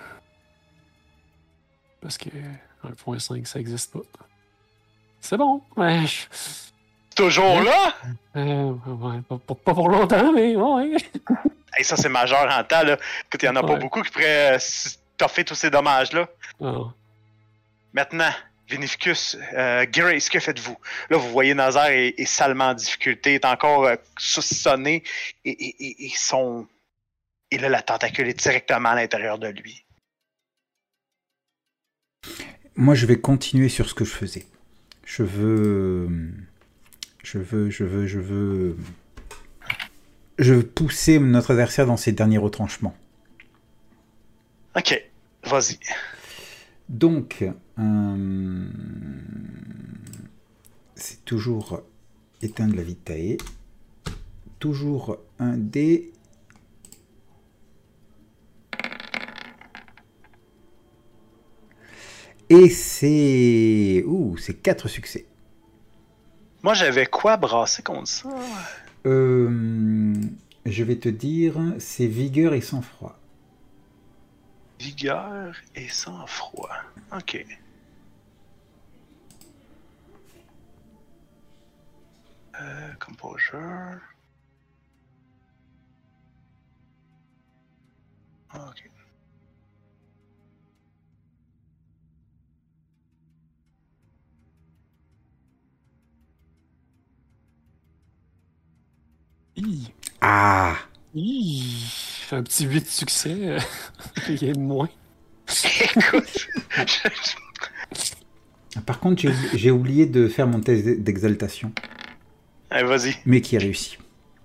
Parce que un virgule cinq, ça existe pas. C'est bon. Ouais. Toujours là? Euh, ouais, pas, pas- pas pour longtemps, mais ouais. Hey, ça, c'est majeur en temps. Là. Écoute, il n'y en a pas Ouais. beaucoup qui pourraient euh, toffer tous ces dommages-là. Ah. Maintenant, Vinificus, euh, Grace, que faites-vous? Là, vous voyez Nazar est, est salement en difficulté, est encore euh, saucissonné et, et, et, et son... Et là, la tentacule est directement à l'intérieur de lui. Moi, je vais continuer sur ce que je faisais. Je veux... Je veux, je veux, je veux... Je veux pousser notre adversaire dans ses derniers retranchements. Ok, vas-y. Donc, euh, c'est toujours éteindre la vitae. Toujours un dé. Et c'est... Ouh, c'est quatre succès. Moi, j'avais quoi brasser contre ça? Euh, je vais te dire, c'est vigueur et sang-froid. Vigueur et sang-froid. Ok. Euh, composure. Ok. Hi. Ah! Hi. Un petit huit de succès. euh, Rien de moins. Écoute, Par contre, j'ai oubli- j'ai oublié de faire mon test d'exaltation, Allez, vas-y. mais qui a réussi.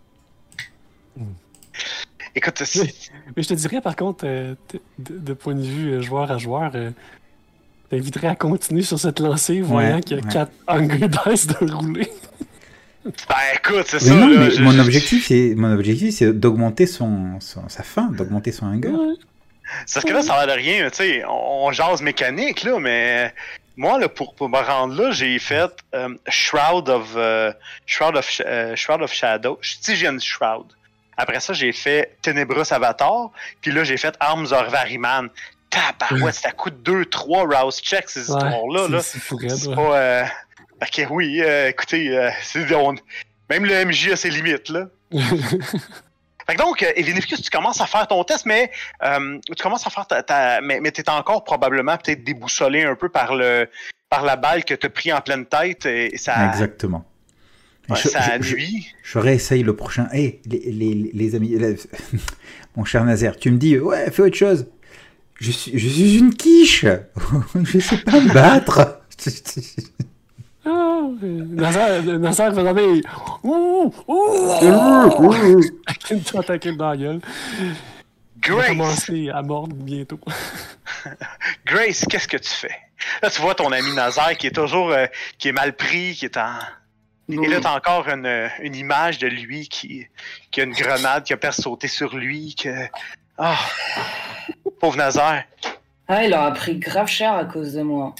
Écoute, c'est- Mais je te dirais, par contre, euh, t- de, de point de vue euh, joueur à joueur, euh, t'inviterais à continuer sur cette lancée, voyant Ouais, qu'il y a ouais. quatre Hunger Dice de rouler. ben écoute, c'est Mais ça. non, là, mais je- mon je- objectif, c'est mon objectif, c'est d'augmenter son, son- sa faim, d'augmenter son hunger. Ouais. C'est parce que là, ça a l'air de rien, tu sais, on, on jase mécanique, là, mais moi, là, pour, pour me rendre là, j'ai fait euh, Shroud of euh, Shroud of, Sh- euh, Shroud of Shadow, Stygian Shroud. Après ça, j'ai fait Tenebrous Avatar, puis là, j'ai fait Arms of Variman. Tabarouette, c'est à coup de deux trois Rouse checks, ces Ouais, histoires-là. c'est- Là. c'est fou raide, C'est ouais. pas... Euh... Ok, oui, euh, écoutez, euh, c'est, on- même le M J a ses limites, là. Fait que donc, euh, Vinificus, tu commences à faire ton test, mais euh, tu commences à faire ta, ta mais, mais t'es encore probablement peut-être déboussolé un peu par le par la balle que t'as pris en pleine tête et, et ça, Exactement. ouais, Je- ça je- je- nuit. Je réessaye le prochain. Hé, les, les, les amis, les- mon cher Nazaire, tu me dis, ouais, fais autre chose. Je suis, je suis une quiche. Je sais pas me battre. Ah, euh, Nazar, Nazar va donner. Ouh! Ouh! Avec une tentacule dans la gueule. Il va Grace, commencer à mordre bientôt. Grace, qu'est-ce que tu fais? Là, tu vois ton ami Nazar qui est toujours euh, qui est mal pris, qui est en. Et là, t'as encore une, une image de lui qui, qui a une grenade qui a peur de sauter sur lui. Que... Ah! Pauvre Nazar. Ah, il aura pris grave cher à cause de moi.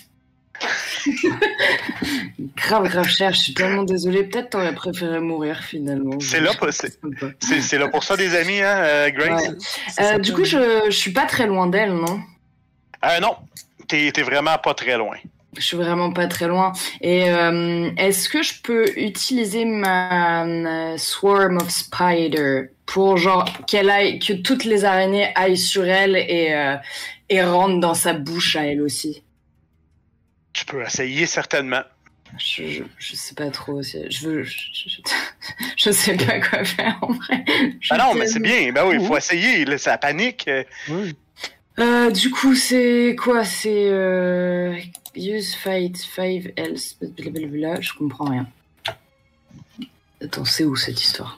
grave, grave cher. Je suis tellement désolée. Peut-être t'aurais préféré mourir finalement. C'est là, pour- c'est, c'est, c'est là pour ça, des amis, hein, euh, Grace? Ouais. Euh, du coup, je, je suis pas très loin d'elle, non? Euh, non, t'es, t'es vraiment pas très loin. Je suis vraiment pas très loin. Et euh, est-ce que je peux utiliser ma euh, Swarm of Spider pour genre qu'elle aille, que toutes les araignées aillent sur elle et, euh, et rentrent dans sa bouche à elle aussi? Tu peux essayer, certainement. Je, je, je sais pas trop. Je veux. Je, je, je sais pas quoi faire en vrai. Ah non, mais c'est bien. Ben oui, il faut essayer. Là, ça panique. Oui. Euh, du coup, c'est quoi? C'est euh, use fight five else. Blablabla. Je comprends rien. Attends, c'est où cette histoire?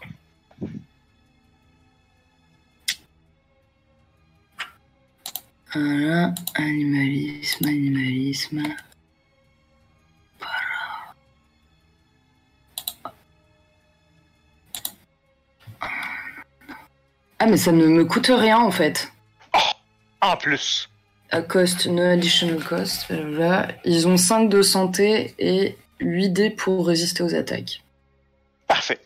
Voilà, animalisme, animalisme. Ah, mais ça ne me coûte rien en fait. Oh, en plus. À cost, no additional cost. Voilà. Ils ont cinq de santé et huit dés pour résister aux attaques. Parfait.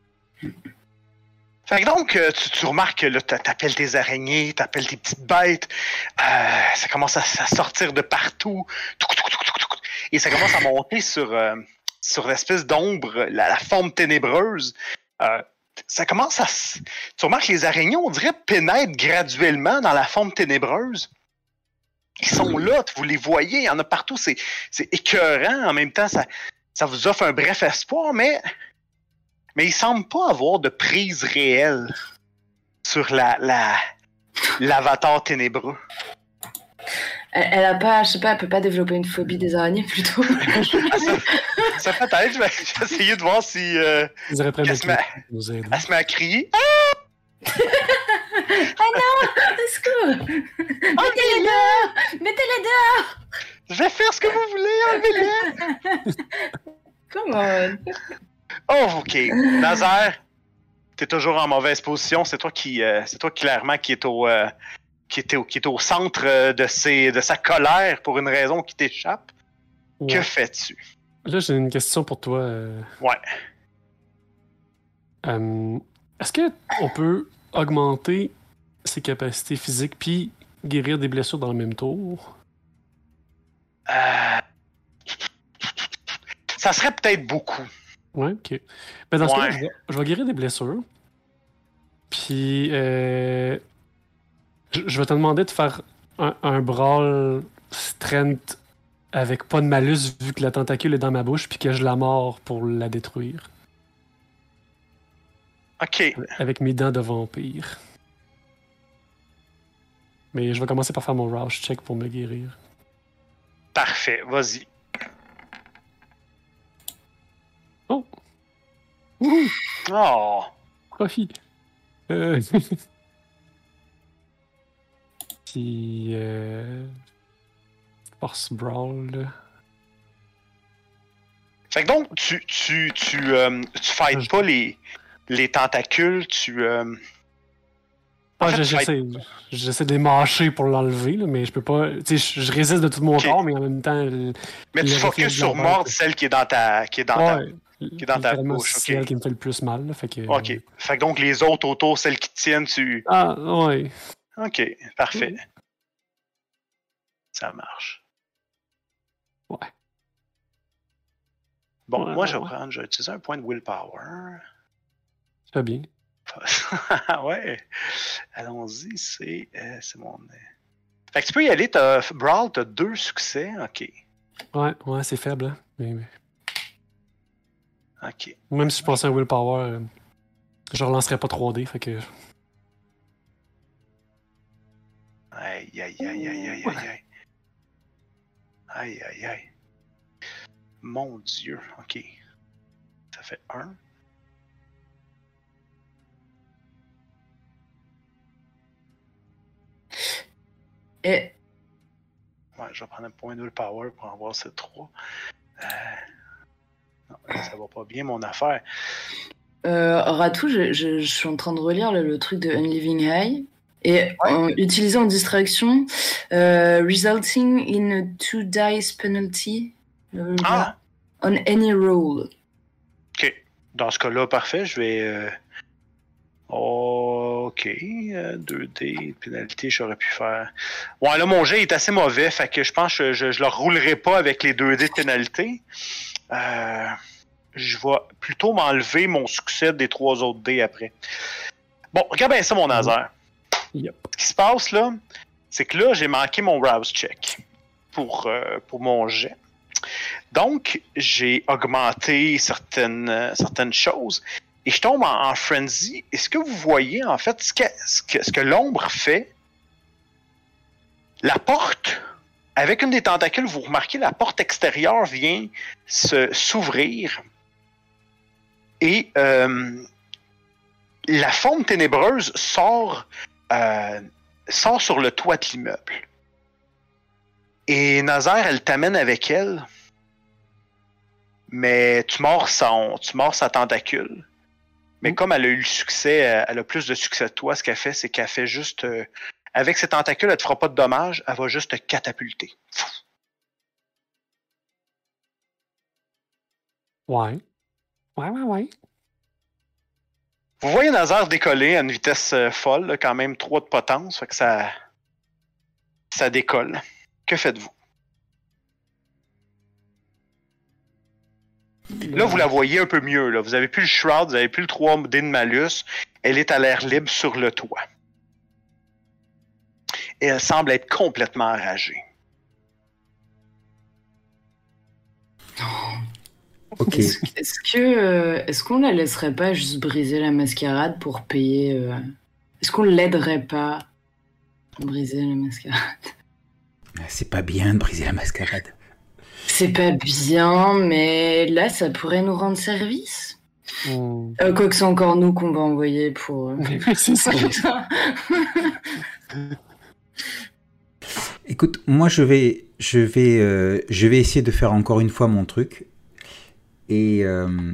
Fait que donc, tu, tu remarques que là, t'appelles tes araignées, t'appelles tes petites bêtes, euh, ça commence à, à sortir de partout, et ça commence à monter sur, euh, sur l'espèce d'ombre, la, la forme ténébreuse. Euh, ça commence à... Tu remarques que les araignées, on dirait, pénètrent graduellement dans la forme ténébreuse. Ils sont là, vous les voyez, il y en a partout, c'est, c'est écœurant. En même temps, ça, ça vous offre un bref espoir, mais... Mais il semble pas avoir de prise réelle sur la, la, l'avatar ténébreux. Elle, elle a pas, je sais pas, elle peut pas développer une phobie des araignées plutôt. Ah, ça, ça peut-être, je vais, je vais essayer de voir si euh, Ils auraient elle, se met, elle se met à crier. Ah non, est-ce que mettez-les dehors, mettez-les dehors. Je vais faire ce que vous voulez, enlevez-les. Comment? Oh, ok. Nazaire, t'es toujours en mauvaise position. C'est toi qui, euh, c'est toi clairement qui est au, euh, qui est au, qui est au centre de ses, de sa colère pour une raison qui t'échappe. Ouais. Que fais-tu? Là, j'ai une question pour toi. Euh... Ouais. Euh, est-ce que on peut augmenter ses capacités physiques puis guérir des blessures dans le même tour? Euh... Ça serait peut-être beaucoup. Ouais, ok. Mais dans ce ouais. cas-là, je vais, je vais guérir des blessures. Puis, euh, je, je vais te demander de faire un, un brawl strength avec pas de malus vu que la tentacule est dans ma bouche puis que je la mords pour la détruire. Ok. Avec mes dents de vampire. Mais je vais commencer par faire mon Roush check pour me guérir. Parfait, vas-y. Oh! Ouh. Oh! Profit! Euh... Puis... Euh... Force Brawl, là. Fait que donc, tu, tu, tu, euh, tu fights je... pas les, les tentacules, tu... Euh... Ah, fait, j'essaie, fight... j'essaie de les mâcher pour l'enlever, là, mais je peux pas... Tu sais, je résiste de tout mon okay. corps, mais en même temps... Mais tu focuses sur mordre celle qui est dans ta... Qui est dans ouais. ta... Qui est dans ta bouche, c'est okay. Elle qui me fait le plus mal. Là, fait que, ok. Euh... Fait que donc les autres autour, celles qui tiennent, tu... Ah, ouais. Ok, parfait. Mm. Ça marche. Ouais. Bon, ouais, moi, ouais, je vais ouais. prendre... Je vais utiliser un point de willpower. Ça va bien. ouais. Allons-y, c'est... Euh, c'est mon... Fait que tu peux y aller, t'as... Brawl, t'as deux succès, ok. Ouais, ouais, c'est faible, hein. Mais... mais... Ok. Même si je pensais à Willpower, euh, je relancerais pas trois D, fait que... Aïe, aïe, aïe, aïe, aïe, aïe, aïe. Aïe, aïe, aïe. Mon Dieu, ok. Ça fait un. Et... Ouais, je vais prendre un point de willpower pour en voir ces trois. Euh... Non, ça va pas bien, mon affaire. Euh, Ratou, je, je, je suis en train de relire le, le truc de Unliving High. Et ouais. en utilisant en distraction, euh, resulting in a two dice penalty ah. on any roll. Ok. Dans ce cas-là, parfait. Je vais... Euh... Ok. Euh, deux dés de pénalité, j'aurais pu faire... Ouais, là, mon jet est assez mauvais, fait que je pense que je, je le roulerai pas avec les deux dés de pénalité. Euh, je vais plutôt m'enlever mon succès des trois autres dés après. Bon, regarde bien ça, mon Nazaire. Yep. Ce qui se passe là, c'est que là, j'ai manqué mon rouse check pour, euh, pour mon jet. Donc, j'ai augmenté certaines, euh, certaines choses et je tombe en, en frenzy. Et ce que vous voyez, en fait, ce que, ce que, ce que l'ombre fait, la porte, avec une des tentacules, vous remarquez, la porte extérieure vient se, s'ouvrir et euh, la forme ténébreuse sort, euh, sort sur le toit de l'immeuble. Et Nazaire, elle t'amène avec elle, mais tu mords, son, tu mords sa tentacule. Mais mmh. comme elle a eu le succès, elle a plus de succès que toi, ce qu'elle fait, c'est qu'elle fait juste... Euh, avec ses tentacules, elle te fera pas de dommages, elle va juste te catapulter. Ouais. Ouais, ouais, ouais. Vous voyez Nazaire décoller à une vitesse euh, folle, là, quand même trois de potence, fait que ça, ça décolle. Que faites-vous? Là, vous la voyez un peu mieux. Là. Vous n'avez plus le shroud, vous n'avez plus le trois dés de malus. Elle est à l'air libre sur le toit. Et elle semble être complètement enragée. Ok. Est-ce, est-ce que euh, est-ce qu'on la laisserait pas juste briser la mascarade pour payer euh... Est-ce qu'on l'aiderait pas à briser la mascarade? C'est pas bien de briser la mascarade. C'est pas bien, mais là, ça pourrait nous rendre service. Mm. Euh, quoi que c'est encore nous qu'on va envoyer pour... Euh... c'est ça. Écoute, moi je vais, je vais, euh, je vais essayer de faire encore une fois mon truc. Et, euh,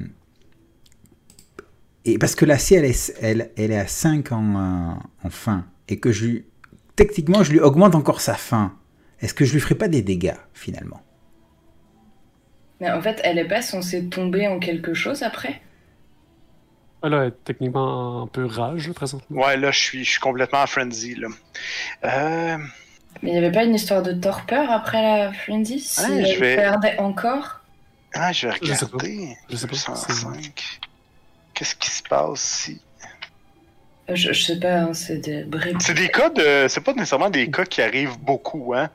et parce que la C, elle est, elle, elle est à cinq en, en fin. Et que je lui, techniquement, je lui augmente encore sa fin. Est-ce que je lui ferai pas des dégâts, finalement? Mais en fait, elle est pas censée tomber en quelque chose après? Elle est techniquement un peu rage, là, présentement. Ouais, là, je suis, je suis complètement en frenzy, là. Euh... Mais il n'y avait pas une histoire de torpeur après la frenzy? Si Ah, elle je vais... perdait encore? Ah, je vais Je sais regarder. Je sais pas. cent cinq. Qu'est-ce qui se passe si... Je, je sais pas, hein, c'est des briques. C'est des cas de... C'est pas nécessairement des cas qui arrivent beaucoup, hein.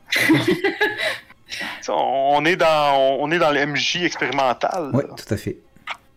on est dans on est dans le M J expérimental. Oui, tout à fait.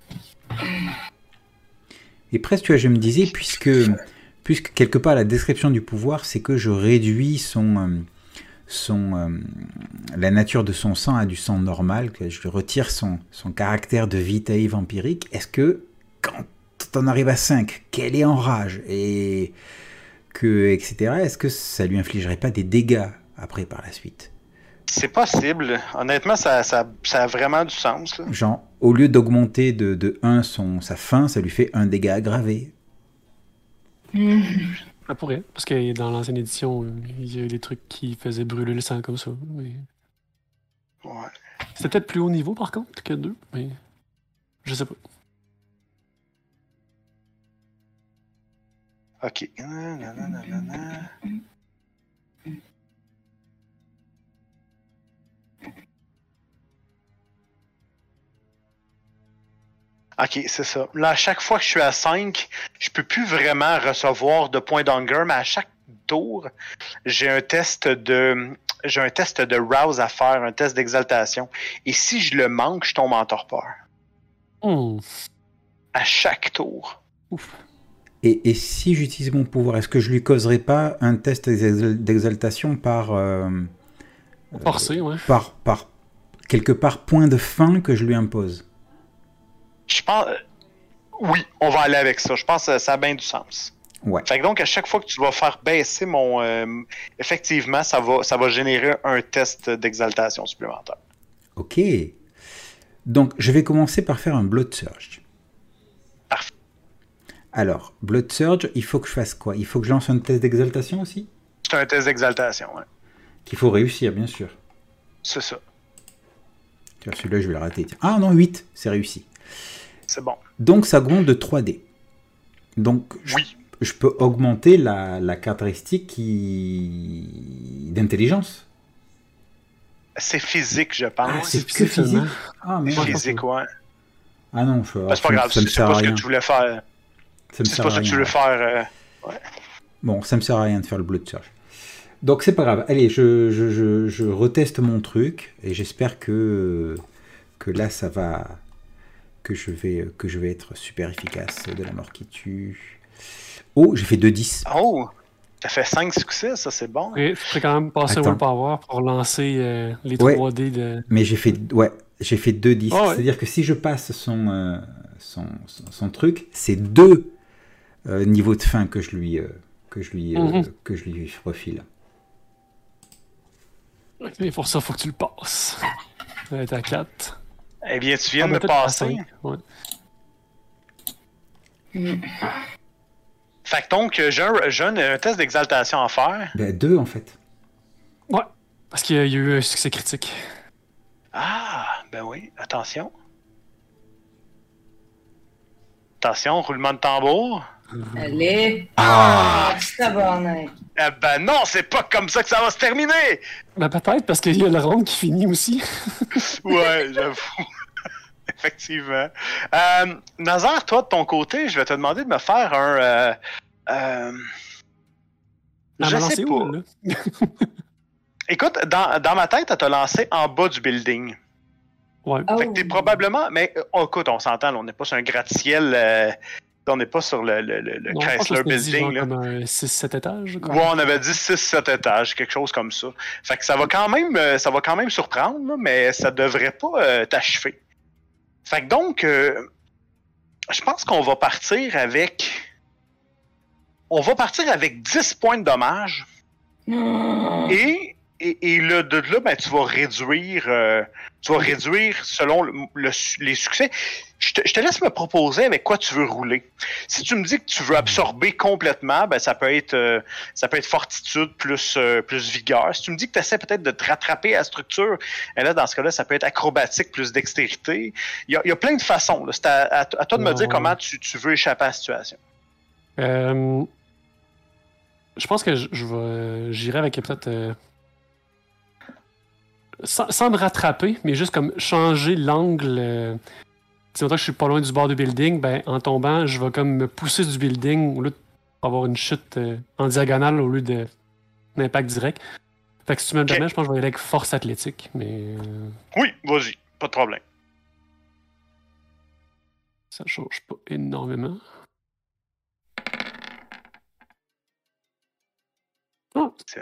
Et presque, tu vois, je me disais, puisque, puisque quelque part la description du pouvoir, c'est que je réduis son, euh, son, euh, la nature de son sang à du sang normal, que je retire son, son caractère de vitae vampirique. Est-ce que quand on arrive à cinq, qu'elle est en rage, et que, et cetera, est-ce que ça lui infligerait pas des dégâts après par la suite? C'est possible. Honnêtement, ça, ça, ça a vraiment du sens. Là. Genre, au lieu d'augmenter de, de un son, sa faim, ça lui fait un dégât aggravé. Mmh. Ça pourrait, parce que dans l'ancienne édition, il y a eu des trucs qui faisaient brûler le sang comme ça. Mais... Ouais. C'était peut-être plus haut niveau, par contre, que deux, mais je sais pas. Ok. Nanana. Ok, c'est ça. Là, à chaque fois que je suis à cinq, je peux plus vraiment recevoir de points d'hunger, mais à chaque tour, j'ai un test de j'ai un test de rouse à faire, un test d'exaltation. Et si je le manque, je tombe en torpeur. Mm. À chaque tour. Ouf. Et, et si j'utilise mon pouvoir, est-ce que je lui causerais pas un test d'exaltation par, euh, Forcé, ouais. par, par quelque part point de faim que je lui impose? Je pense... Oui, on va aller avec ça. Je pense que ça a bien du sens. Ouais. Fait que donc, à chaque fois que tu vas faire baisser mon... Euh, effectivement, ça va, ça va générer un test d'exaltation supplémentaire. Ok. Donc, je vais commencer par faire un Blood Surge. Parfait. Alors, Blood Surge, il faut que je fasse quoi? Il faut que je lance un test d'exaltation aussi? C'est un test d'exaltation, ouais. Qu'il faut réussir, bien sûr. C'est ça. Tiens, celui-là, je vais le rater. Tiens. Ah non, huit, c'est réussi. C'est bon. Donc, ça augmente de trois dés. Donc, je, Oui. je peux augmenter la, la caractéristique qui... d'intelligence. C'est physique, je pense. Ah, c'est c'est que physique. seulement. Ah, mais C'est physique, ouais. Ah non, je... Ben, c'est pas grave, ça me c'est sert pas à ce que rien. tu voulais faire. Ça me C'est sert pas à ça que tu rien. voulais faire. Euh... Ouais. Bon, ça me sert à rien de faire le Blood Surge. Donc c'est pas grave. Allez, je, je, je, je reteste mon truc et j'espère que, que là ça va, que je vais, que je vais être super efficace. De la mort qui tue. Oh, j'ai fait deux dix. Oh, t'as fait cinq succès, ça c'est bon. Et tu pourrais quand même passer Attends. Willpower pour lancer euh, les Ouais. trois dés de. Mais j'ai fait, ouais, j'ai fait deux dix. Oh, ouais. C'est-à-dire que si je passe son, euh, son, son, son truc, c'est deux euh, niveaux de fin que je lui, euh, que je lui, euh, Mhm. que je lui refile. Mais pour ça, faut que tu le passes. Ça va être à quatre. Eh bien, tu viens Ah, de me peut-être à passer. cinq, ouais. Mm. Fait que donc, j'ai un, j'ai un, un test d'exaltation à faire. Ben, deux en fait. Ouais, parce qu'il y a il y a eu un succès critique. Ah, ben oui, attention. Attention, roulement de tambour. Allez. Ah, Ah, tabarnak. Eh ben non, c'est pas comme ça que ça va se terminer! Ben peut-être parce qu'il y a le round qui finit aussi. Ouais, j'avoue. Effectivement. Euh, Nazar, toi, de ton côté, je vais te demander de me faire un... Euh, euh, Ah, je mais sais c'est pas. où, là? Écoute, dans, dans ma tête, elle t'a lancé en bas du building. Ouais. Oh. Fait que t'es probablement... Mais oh, écoute, on s'entend, là, on n'est pas sur un gratte-ciel... euh, on n'est pas sur le, le, le, le Non, je pense que Chrysler c'était dit, Building. genre, Là. comme un six sept étages. Comme... Ouais, on avait dit six sept étages, quelque chose comme ça. Fait que ça va quand même, euh, ça va quand même surprendre, là, mais ça devrait pas euh, t'achever. Fait que donc, euh, je pense qu'on va partir avec... On va partir avec dix points de dommage. Mm. Et, et, et le, de là, ben, tu vas réduire, euh, tu vas réduire selon le, le, les succès. Je te, je te laisse me proposer avec quoi tu veux rouler. Si tu me dis que tu veux absorber complètement, ben, ça peut être, euh, ça peut être fortitude plus, euh, plus vigueur. Si tu me dis que tu essaies peut-être de te rattraper à la structure, ben là, dans ce cas-là, ça peut être acrobatique plus dextérité. Il y a, il y a plein de façons. Là. C'est à, à, à toi de me Ouais, dire ouais. comment tu, tu veux échapper à la situation. Euh, je pense que je, je vais, j'irai avec peut-être euh, sans, sans me rattraper, mais juste comme changer l'angle. Euh, si maintenant que je suis pas loin du bord du building, ben en tombant, je vais comme me pousser du building au lieu de avoir une chute euh, en diagonale au lieu de d'impact direct. Fait que si tu me le Ok. permets, je pense que je vais y aller avec force athlétique, mais euh, Oui, vas-y, pas de problème. ça change pas énormément. Ah, C'est-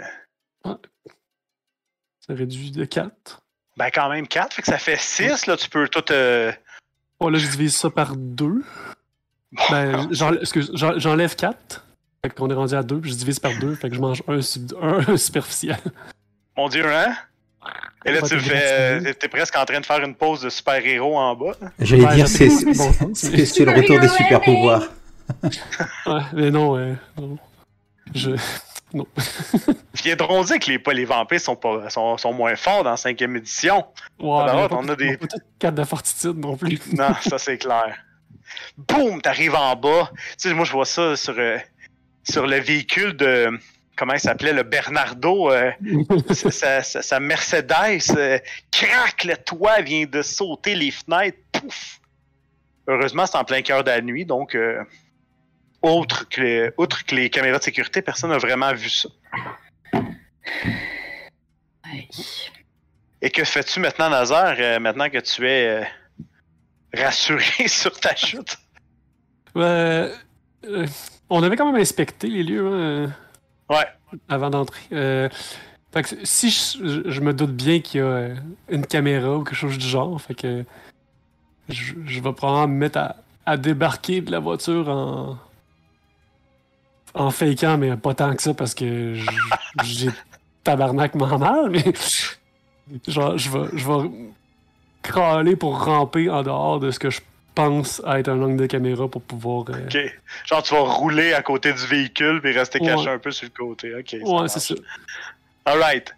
ça réduit de quatre. Ben quand même quatre, fait que ça fait six, là, tu peux tout... Euh... Oh là, je divise ça par deux. Ben, j'enlève, excuse, j'en- j'enlève quatre. Fait qu'on est rendu à deux, puis je divise par deux, fait que je mange un, sub- un superficiel. Mon Dieu, hein? Et là, Ouais, tu le t'es fais... gratuit. T'es presque en train de faire une pause de super-héros en bas. j'allais Ouais, dire, je c'est sais que c'est bon sens, c'est- mais- c'est le retour des super pouvoirs. Ouais, mais non, euh, non. Je... Viendront dire que les, les vampires sont, pas, sont, sont moins forts dans la cinquième édition. Ouais, Ah ben mais ouais, pas- on a des- pas toutes quatre de fortitude non plus. Non, ça c'est clair. Boum, t'arrives en bas. Tu sais, moi je vois ça sur, euh, sur le véhicule de... Comment il s'appelait? Le Bernardo. Euh, sa, sa- sa- sa Mercedes. Euh, crac, le toit vient de sauter les fenêtres. Pouf! Heureusement, c'est en plein cœur de la nuit, donc... Euh, autre que les, outre que les caméras de sécurité, personne n'a vraiment vu ça. Aïe. Et que fais-tu maintenant, Nazar, euh, maintenant que tu es euh, rassuré sur ta chute? Euh, euh, on avait quand même inspecté les lieux hein, Ouais. avant d'entrer. Euh, fait que si je, je me doute bien qu'il y a euh, une caméra ou quelque chose du genre, fait que je, je vais probablement me mettre à, à débarquer de la voiture en en fakeant, mais pas tant que ça parce que j- j'ai tabarnakement mal, mais genre je vais je vais crawler pour ramper en dehors de ce que je pense être un angle de caméra pour pouvoir. euh, OK. Genre, tu vas rouler à côté du véhicule puis rester caché Ouais. un peu sur le côté. OK. ça Ouais, marche. c'est ça. All right.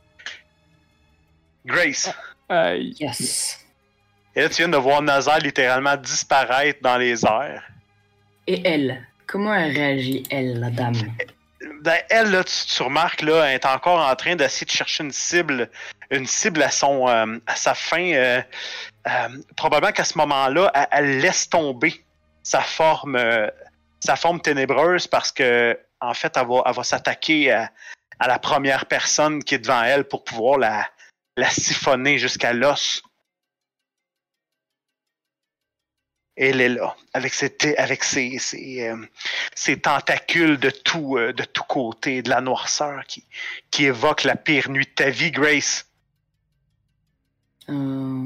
Grace. Aïe. Yes. Et là, tu viens de voir Nazar littéralement disparaître dans les airs. Et elle? Comment elle réagit, elle, la dame? Ben, elle, là, tu, tu remarques, là, elle est encore en train d'essayer de chercher une cible, une cible à son, euh, à sa fin. Euh, euh, probablement qu'à ce moment-là, elle, elle laisse tomber sa forme, euh, sa forme ténébreuse parce que, en fait, elle va, elle va s'attaquer à, à la première personne qui est devant elle pour pouvoir la, la siphonner jusqu'à l'os. Elle est là, avec ses, avec ses, ses, euh, ses tentacules de tout, euh, de tout côté, de la noirceur qui, qui évoque la pire nuit de ta vie, Grace. Euh...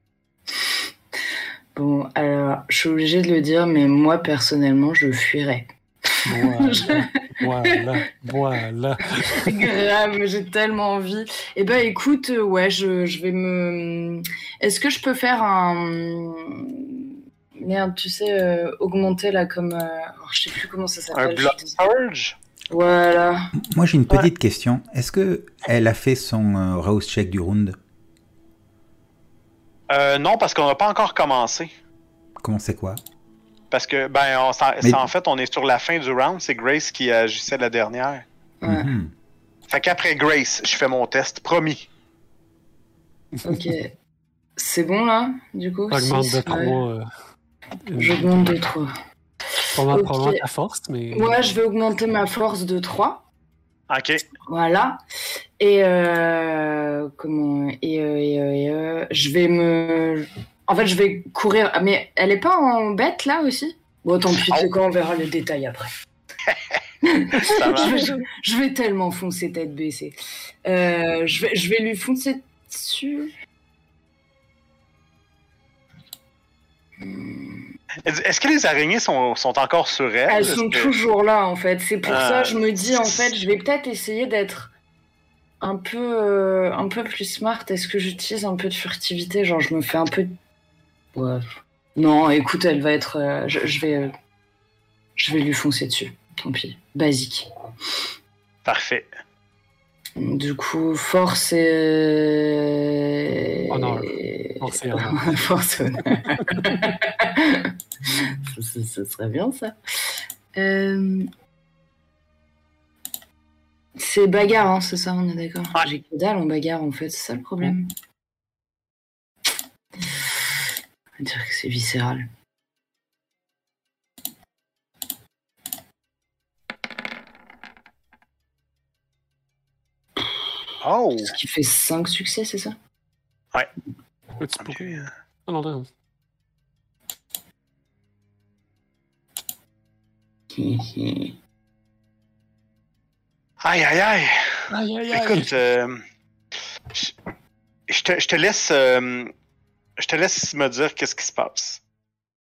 Bon, alors, je suis obligée de le dire, mais moi, personnellement, je fuirais. Voilà, voilà, voilà. Grave, j'ai tellement envie. Eh ben, écoute, euh, ouais, je, je vais me... Est-ce que je peux faire un... Merde, tu sais, euh, augmenter là comme... Euh... Oh, je sais plus comment ça s'appelle. Un Blood Surge? Voilà. Moi, j'ai une petite Ouais. question. Est-ce que elle a fait son euh, Rose Check du round? Euh, non, parce qu'on n'a pas encore commencé. Comment c'est quoi? Parce que, ben, on, s'en- Mais- en fait, on est sur la fin du round. C'est Grace qui agissait la dernière. Ouais. Mhm. Fait qu'après Grace, je fais mon test. Promis. Ok. C'est bon là, du coup Augmente six, de ouais. trois. Euh, une- J'augmente de trois. Probablement, Ok. probablement ta force, mais. Ouais, je vais augmenter ma force de trois. OK. Voilà. Et euh, comment et, euh, et, euh, et, euh, je vais me en fait, je vais courir. Ah, mais elle est pas en bête là aussi? Bon, tant pis, Oh. c'est quand on verra les détails après. Ça marche. je, vais, je vais tellement foncer tête baissée. Euh, je, vais, je vais lui foncer dessus. Est-ce que les araignées sont, sont encore sur elle? Elles Est-ce sont que- toujours là en fait. C'est pour Ah. ça je me dis en fait, je vais peut-être essayer d'être un peu, euh, un peu plus smart. Est-ce que j'utilise un peu de furtivité? Genre, je me fais un peu. Ouais. Non, écoute, elle va être. euh, je, je vais, euh, je vais lui foncer dessus. Tant pis. Basique. Parfait. Du coup, force et. Honneur. Force et honneur. Force et honneur. ce, ce- ce serait bien ça. Euh... C'est bagarre, hein, c'est ça, on est d'accord. Ouais. J'ai que dalle en bagarre en fait, c'est ça le problème. On va dire que c'est viscéral. Oh! Ce qui fait cinq succès, c'est ça? Tu pourrais. Ok. Oh non, non. Aïe, aïe, aïe! Aïe, aïe, aïe. Écoute, euh, je, je te, je te laisse, euh, je te laisse me dire qu'est-ce qui se passe.